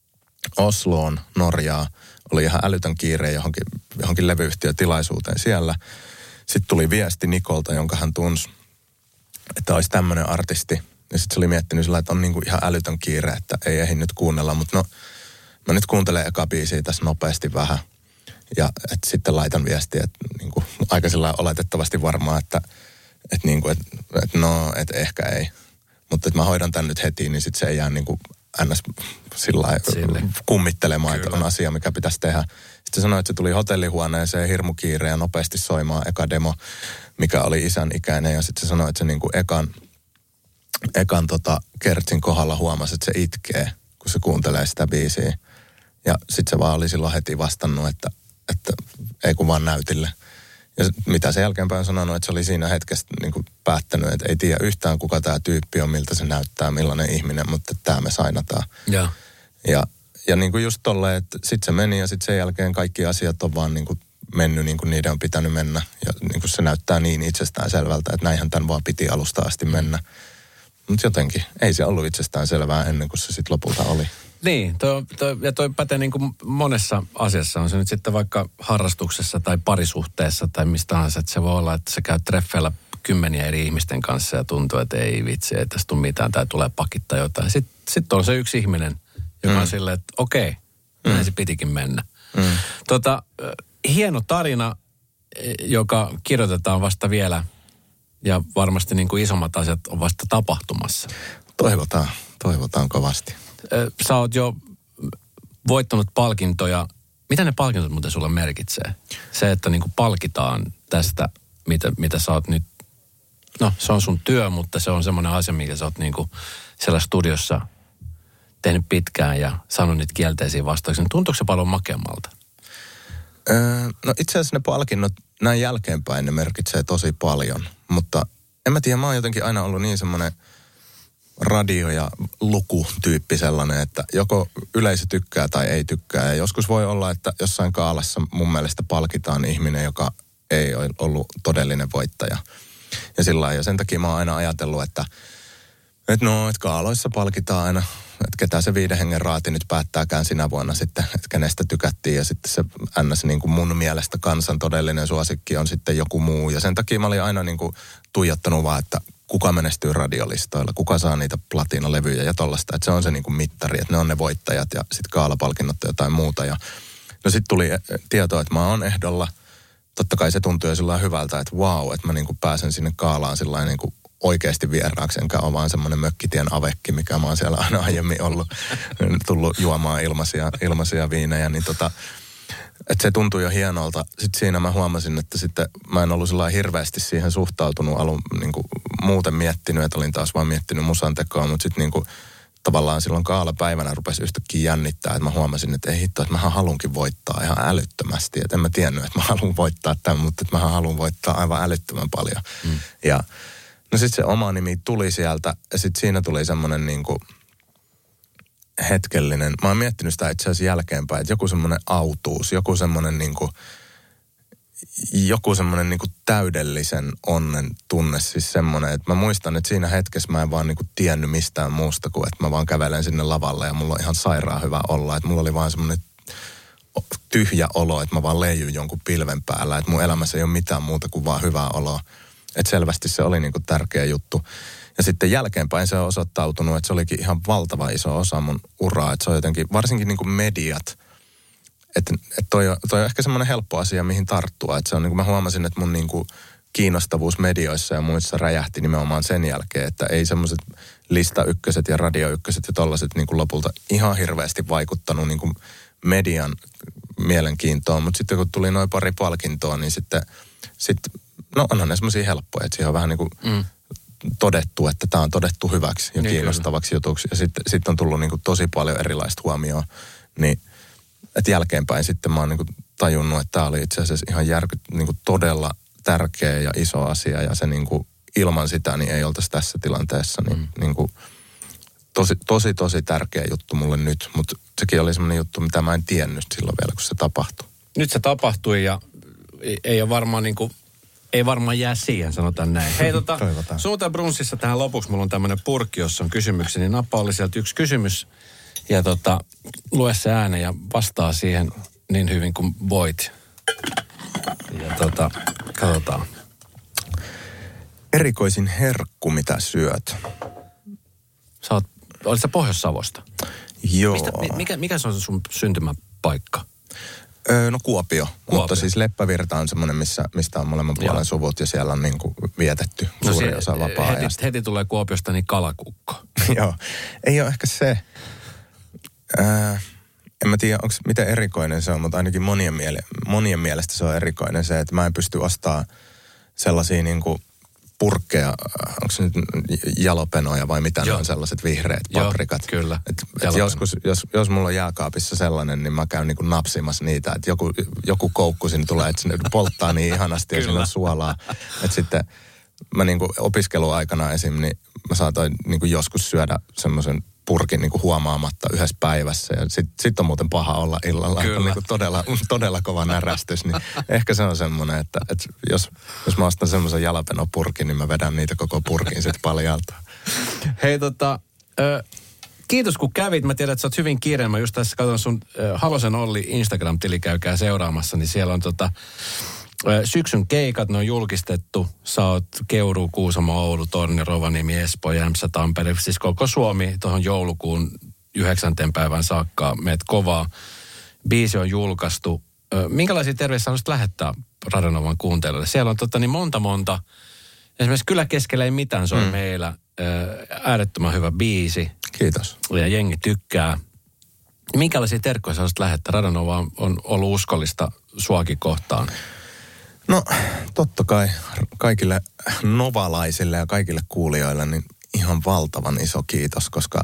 Osloon, Norjaa. Oli ihan älytön kiire johonkin, johonkin levyyhtiötilaisuuteen siellä. Sitten tuli viesti Nikolta, jonka hän tunsi, että olisi tämmöinen artisti. Ja sitten se oli miettinyt sillä, että on niinku ihan älytön kiire, että ei ehdi nyt kuunnella. Mutta no, mä nyt kuuntelen eka biisiä tässä nopeasti vähän. Ja et sitten laitan viestiä, että niinku, aika sillä oletettavasti varmaa, että et niinku, et, et no, et ehkä ei. Mutta että mä hoidan tän nyt heti, niin sitten se ei jää niinku ns. Sillä kummittelemaan, Kyllä. että on asia, mikä pitäisi tehdä. Sitten sanoi, että se tuli hotellihuoneeseen hirmu kiire ja nopeasti soimaan eka demo, mikä oli isän ikäinen. Ja sitten se sanoi, että se niinku ekan, ekan tota kertsin kohdalla huomasi, että se itkee, kun se kuuntelee sitä biisiä. Ja sitten se vaan oli silloin heti vastannut, että, että ei kun vaan näytille. Ja mitä se jälkeenpäin on sanonut, että se oli siinä hetkessä niin kuin päättänyt, että ei tiedä yhtään kuka tämä tyyppi on, miltä se näyttää, millainen ihminen, mutta tämä me sainataan. Ja, ja, ja niin kuin just tolleen, että sitten se meni ja sitten sen jälkeen kaikki asiat on vaan niin kuin mennyt niin kuin niiden on pitänyt mennä. Ja niin kuin se näyttää niin itsestään selvältä, että näinhän tämän vaan piti alusta asti mennä. Mutta jotenkin ei se ollut itsestään selvää ennen kuin se sitten lopulta oli. Niin, toi, toi, ja toi pätee niin kuin monessa asiassa. On se nyt sitten vaikka harrastuksessa tai parisuhteessa tai mistä tahansa, että se voi olla, että sä käyt treffeillä kymmeniä eri ihmisten kanssa ja tuntuu, että ei vitsi, ei tästä tule mitään tai tulee pakittaa jotain. Sitten sit on se yksi ihminen, joka mm. on silleen, että okei, mm. näin se pitikin mennä. Mm. Tota, hieno tarina, joka kirjoitetaan vasta vielä ja varmasti niin kuin isommat asiat on vasta tapahtumassa. Toivotaan, toivotaan kovasti. Sä oot jo voittanut palkintoja. Mitä ne palkintot muuten sulle merkitsee? Se, että niinku palkitaan tästä, mitä, mitä sä oot nyt... No, se on sun työ, mutta se on semmoinen asia, mikä sä oot niinku siellä studiossa tehnyt pitkään ja saanut niitä kielteisiä vastauksia. Tuntuuko se paljon makeammalta? Öö, no itse asiassa ne palkinnot näin jälkeenpäin ne merkitsee tosi paljon. Mutta en mä tiedä, mä oon jotenkin aina ollut niin semmoinen... radio- ja lukutyyppi sellainen, että joko yleisö tykkää tai ei tykkää. Ja joskus voi olla, että jossain kaalassa mun mielestä palkitaan ihminen, joka ei ole ollut todellinen voittaja. Ja sillä lailla. Ja sen takia mä oon aina ajatellut, että, että no, että kaaloissa palkitaan aina, että ketä se viiden hengen raati nyt päättääkään sinä vuonna sitten, että kenestä tykättiin. Ja sitten se ns. Niin kuin mun mielestä kansan todellinen suosikki on sitten joku muu. Ja sen takia mä olin aina niin kuin tuijottanut vaan, että kuka menestyy radiolistoilla, kuka saa niitä platinalevyjä ja tollaista. Että se on se niin kuin mittari, että ne on ne voittajat ja sitten kaalapalkinnot ja jotain muuta. Ja no sitten tuli tietoa, että mä oon ehdolla. Totta kai se tuntuu jo sillä hyvältä, että vau, että mä niin kuin pääsen sinne kaalaan sillä niin kuin oikeasti vieraaksi, enkä ole vaan semmoinen mökkitien avekki, mikä mä oon siellä aina aiemmin ollut, tullut juomaan ilmaisia, ilmaisia viinejä, niin tota, että se tuntui jo hienolta. Sitten siinä mä huomasin, että sitten mä en ollut sillä hirveästi siihen suhtautunut alun niin kuin muuten miettinyt, että olin taas vaan miettinyt musan tekoa, mutta sitten niin kuin tavallaan silloin kaalapäivänä rupesi yhtäkkiä jännittää, että mä huomasin, että ei hitto, että mähän halunkin voittaa ihan älyttömästi. Että en mä tiennyt, että mä haluan voittaa tämän, mutta että mähän haluan voittaa aivan älyttömän paljon. Mm. Ja no sitten se oma nimi tuli sieltä ja sitten siinä tuli semmoinen niin kuin hetkellinen, mä oon miettinyt sitä itse asiassa jälkeenpäin, että joku semmoinen autuus, joku semmoinen niin kuin, joku semmoinen niin kuin täydellisen onnen tunne, siis semmoinen, että mä muistan, että siinä hetkessä mä en vaan niin kuin tiennyt mistään muusta kuin, että mä vaan kävelen sinne lavalle ja mulla on ihan sairaan hyvä olla, että mulla oli vaan semmoinen tyhjä olo, että mä vaan leijyn jonkun pilven päällä, että mun elämässä ei ole mitään muuta kuin vaan hyvää oloa, että selvästi se oli niin kuin tärkeä juttu. Ja sitten jälkeenpäin se on osoittautunut, että se olikin ihan valtava iso osa mun uraa. Että se on jotenkin, varsinkin niin kuin mediat, että, että toi, on, toi on ehkä semmoinen helppo asia, mihin tarttua. Että se on niin kuin mä huomasin, että mun niin kuin kiinnostavuus medioissa ja muissa räjähti nimenomaan sen jälkeen, että ei semmoiset lista ykköset ja radio ykköset ja tollaiset niin kuin lopulta ihan hirveästi vaikuttanut niin kuin median mielenkiintoon. Mutta sitten kun tuli noin pari palkintoa, niin sitten, sitten no onhan ne semmoisia helppoja, että siihen on vähän niin kuin mm. todettu, että tämä on todettu hyväksi ja niin kiinnostavaksi kyllä. jutuksi. Ja sitten sit on tullut niin kuin tosi paljon erilaista huomioon. Niin, että jälkeenpäin sitten mä oon niin kuin tajunnut, että tämä oli itse asiassa ihan järky, niin kuin todella tärkeä ja iso asia. Ja se niin kuin ilman sitä niin ei oltaisi tässä tilanteessa. Niin, mm. niin kuin tosi, tosi, tosi tärkeä juttu mulle nyt. Mutta sekin oli semmoinen juttu, mitä mä en tiennyt silloin vielä, kun se tapahtui. Nyt se tapahtui ja ei ole varmaan niin kuin ei varmaan jää siihen, sanotaan näin. Hei tota, Suunta ja Brunssissa tähän lopuksi mulla on tämmöinen purkki, jossa on kysymyksiä, niin nappa oli sieltä yksi kysymys. Ja tota, lue se ääneen ja vastaa siihen niin hyvin kuin voit. Ja tota, katsotaan. Erikoisin herkku, mitä syöt? Sä oot, olit sä Pohjois-Savosta? Joo. Mistä, mikä, mikä se on se sun syntymäpaikka? Öö, no Kuopio. Kuopio. Mutta siis Leppävirta on semmoinen, missä, mistä on molemman puolen suvut ja siellä on niin kuin vietetty no suuri osa vapaa-ajasta. Heti, heti tulee Kuopiosta niin kalakukko. Joo. Ei ole ehkä se. Ää, en mä tiedä, onko miten erikoinen se on, mutta ainakin monien, miele, monien mielestä se on erikoinen se, että mä en pysty ostamaan sellaisia niin kuin purkkeja, onko se nyt jalopenoja vai mitä ne on sellaiset vihreät paprikat. Joo, kyllä. Et, et joskus, jos, jos mulla on jääkaapissa sellainen, niin mä käyn niinku napsimassa niitä, että joku, joku koukku sinne tulee, että sinne polttaa niin ihanasti ja siinä on suolaa. Että sitten mä niinku opiskeluaikana esim. Niin mä saatoin niinku joskus syödä semmoisen purkin niinku huomaamatta yhdessä päivässä. Ja sit, sit on muuten paha olla illalla. Kyllä. Niinku todella, todella kova närästys. Niin ehkä se on semmoinen, että, että jos, jos mä ostan semmoisen jalapenopurkin, niin mä vedän niitä koko purkin sitten paljalta. Hei tota, ö, kiitos kun kävit. Mä tiedän, että sä oot hyvin kiireen. Mä just tässä katson sun ö, Halosen Olli Instagram-tili, käykää seuraamassa. Niin siellä on tota ö, syksyn keikat, ne on julkistettu. Sä oot Keuruu, Kuusamo, Oulu, Tornio, Rovaniemi, Espoo, Jämsä, Tampere. Siis koko Suomi tuohon joulukuun yhdeksänteen päivän saakka. Meet kovaa. Biisi on julkaistu. Ö, minkälaisia terveisiä haluaisit lähettää Radionovan kuuntelijoille? Siellä on tota niin monta monta. Esimerkiksi Kyllä keskellä ei mitään, se on mm. meillä ää, äärettömän hyvä biisi. Kiitos. Ja jengi tykkää. Minkälaisia terkkoja sä olisit lähettää? Radionova on, on ollut uskollista suakin kohtaan. No totta kai kaikille novalaisille ja kaikille kuulijoille niin ihan valtavan iso kiitos, koska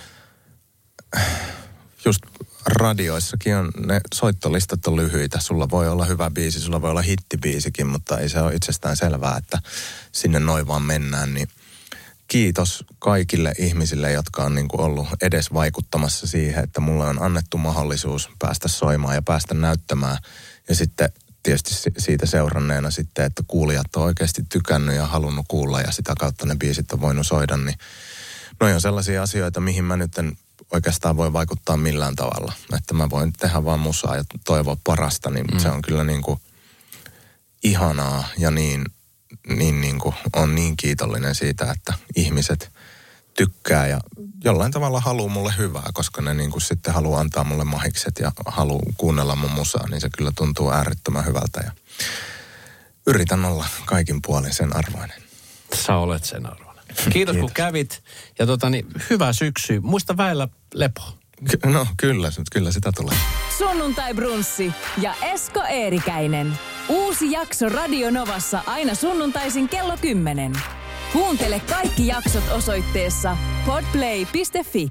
just radioissakin on, ne soittolistat on lyhyitä. Sulla voi olla hyvä biisi, sulla voi olla hittibiisikin, mutta ei se ole itsestään selvää, että sinne noin vaan mennään. Niin kiitos kaikille ihmisille, jotka on niin kuin ollut edes vaikuttamassa siihen, että mulle on annettu mahdollisuus päästä soimaan ja päästä näyttämään. Ja sitten tietysti siitä seuranneena sitten, että kuulijat on oikeasti tykännyt ja halunnut kuulla ja sitä kautta ne biisit on voinut soida. Niin noi on sellaisia asioita, mihin mä nyt en oikeastaan voi vaikuttaa millään tavalla. Että mä voin tehdä vaan musaa ja toivoa parasta, niin mm. se on kyllä niin kuin ihanaa ja niin, niin, niin kuin on niin kiitollinen siitä, että ihmiset tykkää ja jollain tavalla haluaa mulle hyvää, koska ne niin kuin sitten haluaa antaa mulle mahikset ja haluaa kuunnella mun musaa, niin se kyllä tuntuu äärettömän hyvältä ja yritän olla kaikin puolin sen arvoinen. Sä olet sen arvoinen. Kiitos, Kiitos. kun kävit ja tota niin, hyvää syksyä. Muista väillä lepo. Ky- no kyllä, kyllä sitä tulee. Sunnuntai Brunssi ja Esko Eerikäinen. Uusi jakso Radio Novassa aina sunnuntaisin kello kymmenen. Kuuntele kaikki jaksot osoitteessa podplay piste fi.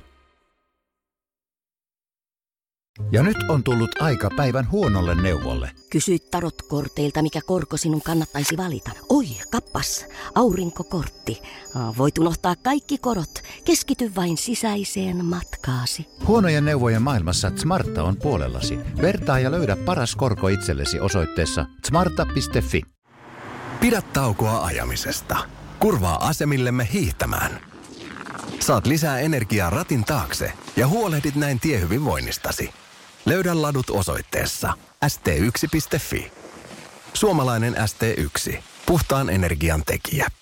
Ja nyt on tullut aika päivän huonolle neuvolle. Kysy tarotkorteilta, mikä korko sinun kannattaisi valita. Oi, kappas, aurinkokortti. Voit unohtaa kaikki korot. Keskity vain sisäiseen matkaasi. Huonojen neuvojen maailmassa Smarta on puolellasi. Vertaa ja löydä paras korko itsellesi osoitteessa smarta piste fi. Pidä taukoa ajamisesta. Kurvaa asemillemme hiihtämään. Saat lisää energiaa ratin taakse ja huolehdit näin tiehyvinvoinnistasi. Löydä ladut osoitteessa S T yksi piste fi. Suomalainen S T yksi. Puhtaan energian tekijä.